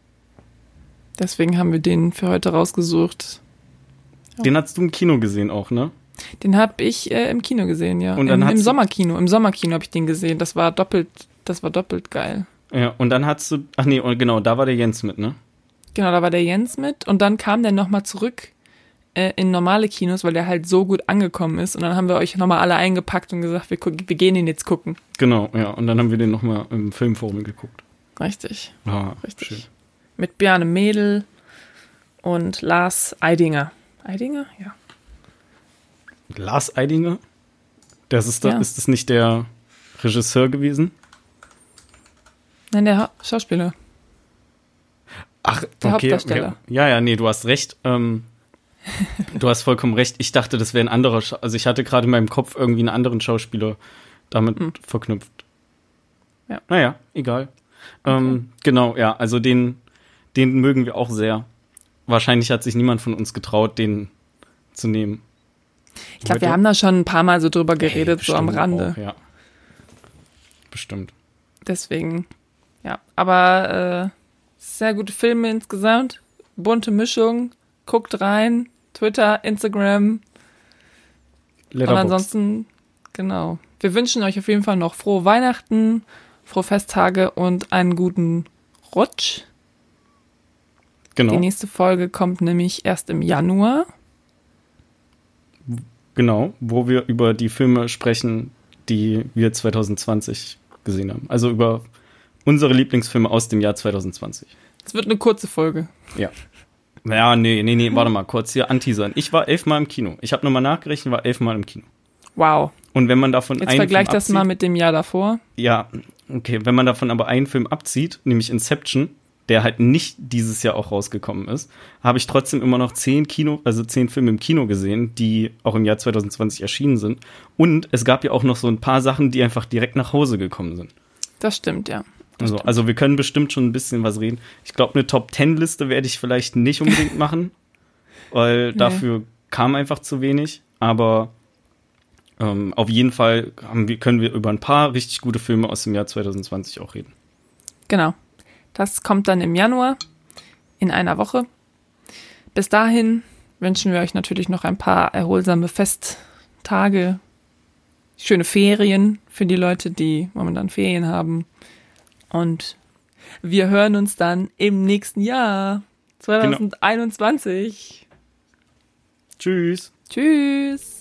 Speaker 1: Deswegen haben wir den für heute rausgesucht.
Speaker 2: Den hast du im Kino gesehen auch, ne?
Speaker 1: Den habe ich äh, im Kino gesehen, ja.
Speaker 2: Und dann
Speaker 1: Im,
Speaker 2: hast
Speaker 1: im
Speaker 2: du-
Speaker 1: Sommerkino. Im Sommerkino habe ich den gesehen. Das war doppelt, das war doppelt geil.
Speaker 2: Ja, und dann hast du, ach nee, und genau, da war der Jens mit, ne?
Speaker 1: Genau, da war der Jens mit. Und dann kam der nochmal zurück äh, in normale Kinos, weil der halt so gut angekommen ist. Und dann haben wir euch nochmal alle eingepackt und gesagt, wir, guck, wir gehen ihn jetzt gucken.
Speaker 2: Genau, ja, und dann haben wir den nochmal im Filmforum geguckt.
Speaker 1: Richtig.
Speaker 2: Ah,
Speaker 1: Richtig.
Speaker 2: schön.
Speaker 1: Mit Bjarne Mädel und Lars Eidinger. Eidinger? Ja.
Speaker 2: Lars Eidinger? Das ist, da,
Speaker 1: Ja.
Speaker 2: ist das nicht der Regisseur gewesen?
Speaker 1: Nein, der ha- Schauspieler.
Speaker 2: Ach,
Speaker 1: Der
Speaker 2: okay.
Speaker 1: Hauptdarsteller.
Speaker 2: Ja, ja, nee, du hast recht. Ähm, du hast vollkommen recht. Ich dachte, das wäre ein anderer, Scha- also ich hatte gerade in meinem Kopf irgendwie einen anderen Schauspieler damit
Speaker 1: Hm.
Speaker 2: verknüpft.
Speaker 1: Ja.
Speaker 2: Naja, egal. Ähm, genau, ja, also den, den mögen wir auch sehr. Wahrscheinlich hat sich niemand von uns getraut, den zu nehmen.
Speaker 1: Ich glaube, wir
Speaker 2: Heute?
Speaker 1: haben da schon ein paar Mal so drüber geredet,
Speaker 2: Ey,
Speaker 1: so am
Speaker 2: bestimmt
Speaker 1: Rande.
Speaker 2: Auch, ja. Bestimmt.
Speaker 1: Deswegen, ja. Aber äh, sehr gute Filme insgesamt. Bunte Mischung. Guckt rein. Twitter, Instagram. Und
Speaker 2: Letterboxd.
Speaker 1: ansonsten, genau. Wir wünschen euch auf jeden Fall noch frohe Weihnachten, frohe Festtage und einen guten Rutsch.
Speaker 2: Genau.
Speaker 1: Die nächste Folge kommt nämlich erst im Januar.
Speaker 2: Genau, wo wir über die Filme sprechen, die wir zwanzig zwanzig gesehen haben. Also über unsere Lieblingsfilme aus dem Jahr zwanzig zwanzig.
Speaker 1: Es wird eine kurze Folge.
Speaker 2: Ja. Ja, nee, nee, nee, warte mal, kurz hier anteasern. Ich war elfmal im Kino. Ich habe nochmal nachgerechnet, war elfmal im Kino.
Speaker 1: Wow.
Speaker 2: Und wenn man davon
Speaker 1: Jetzt
Speaker 2: einen
Speaker 1: vergleich
Speaker 2: Film
Speaker 1: das
Speaker 2: abzieht,
Speaker 1: mal mit dem Jahr davor.
Speaker 2: Ja, okay, wenn man davon aber einen Film abzieht, nämlich Inception, der halt nicht dieses Jahr auch rausgekommen ist, habe ich trotzdem immer noch zehn Kino, also zehn Filme im Kino gesehen, die auch im Jahr zwanzig zwanzig erschienen sind. Und es gab ja auch noch so ein paar Sachen, die einfach direkt nach Hause gekommen sind.
Speaker 1: Das stimmt, ja. Das
Speaker 2: also,
Speaker 1: stimmt.
Speaker 2: also wir können bestimmt schon ein bisschen was reden. Ich glaube, eine Top-Ten-Liste werde ich vielleicht nicht unbedingt machen, weil nee. dafür kam einfach zu wenig. Aber ähm, auf jeden Fall haben wir, können wir über ein paar richtig gute Filme aus dem Jahr zwanzig zwanzig auch reden.
Speaker 1: Genau. Das kommt dann im Januar, in einer Woche. Bis dahin wünschen wir euch natürlich noch ein paar erholsame Festtage, schöne Ferien für die Leute, die momentan Ferien haben. Und wir hören uns dann im nächsten Jahr, zwanzig einundzwanzig.
Speaker 2: Genau. Tschüss.
Speaker 1: Tschüss.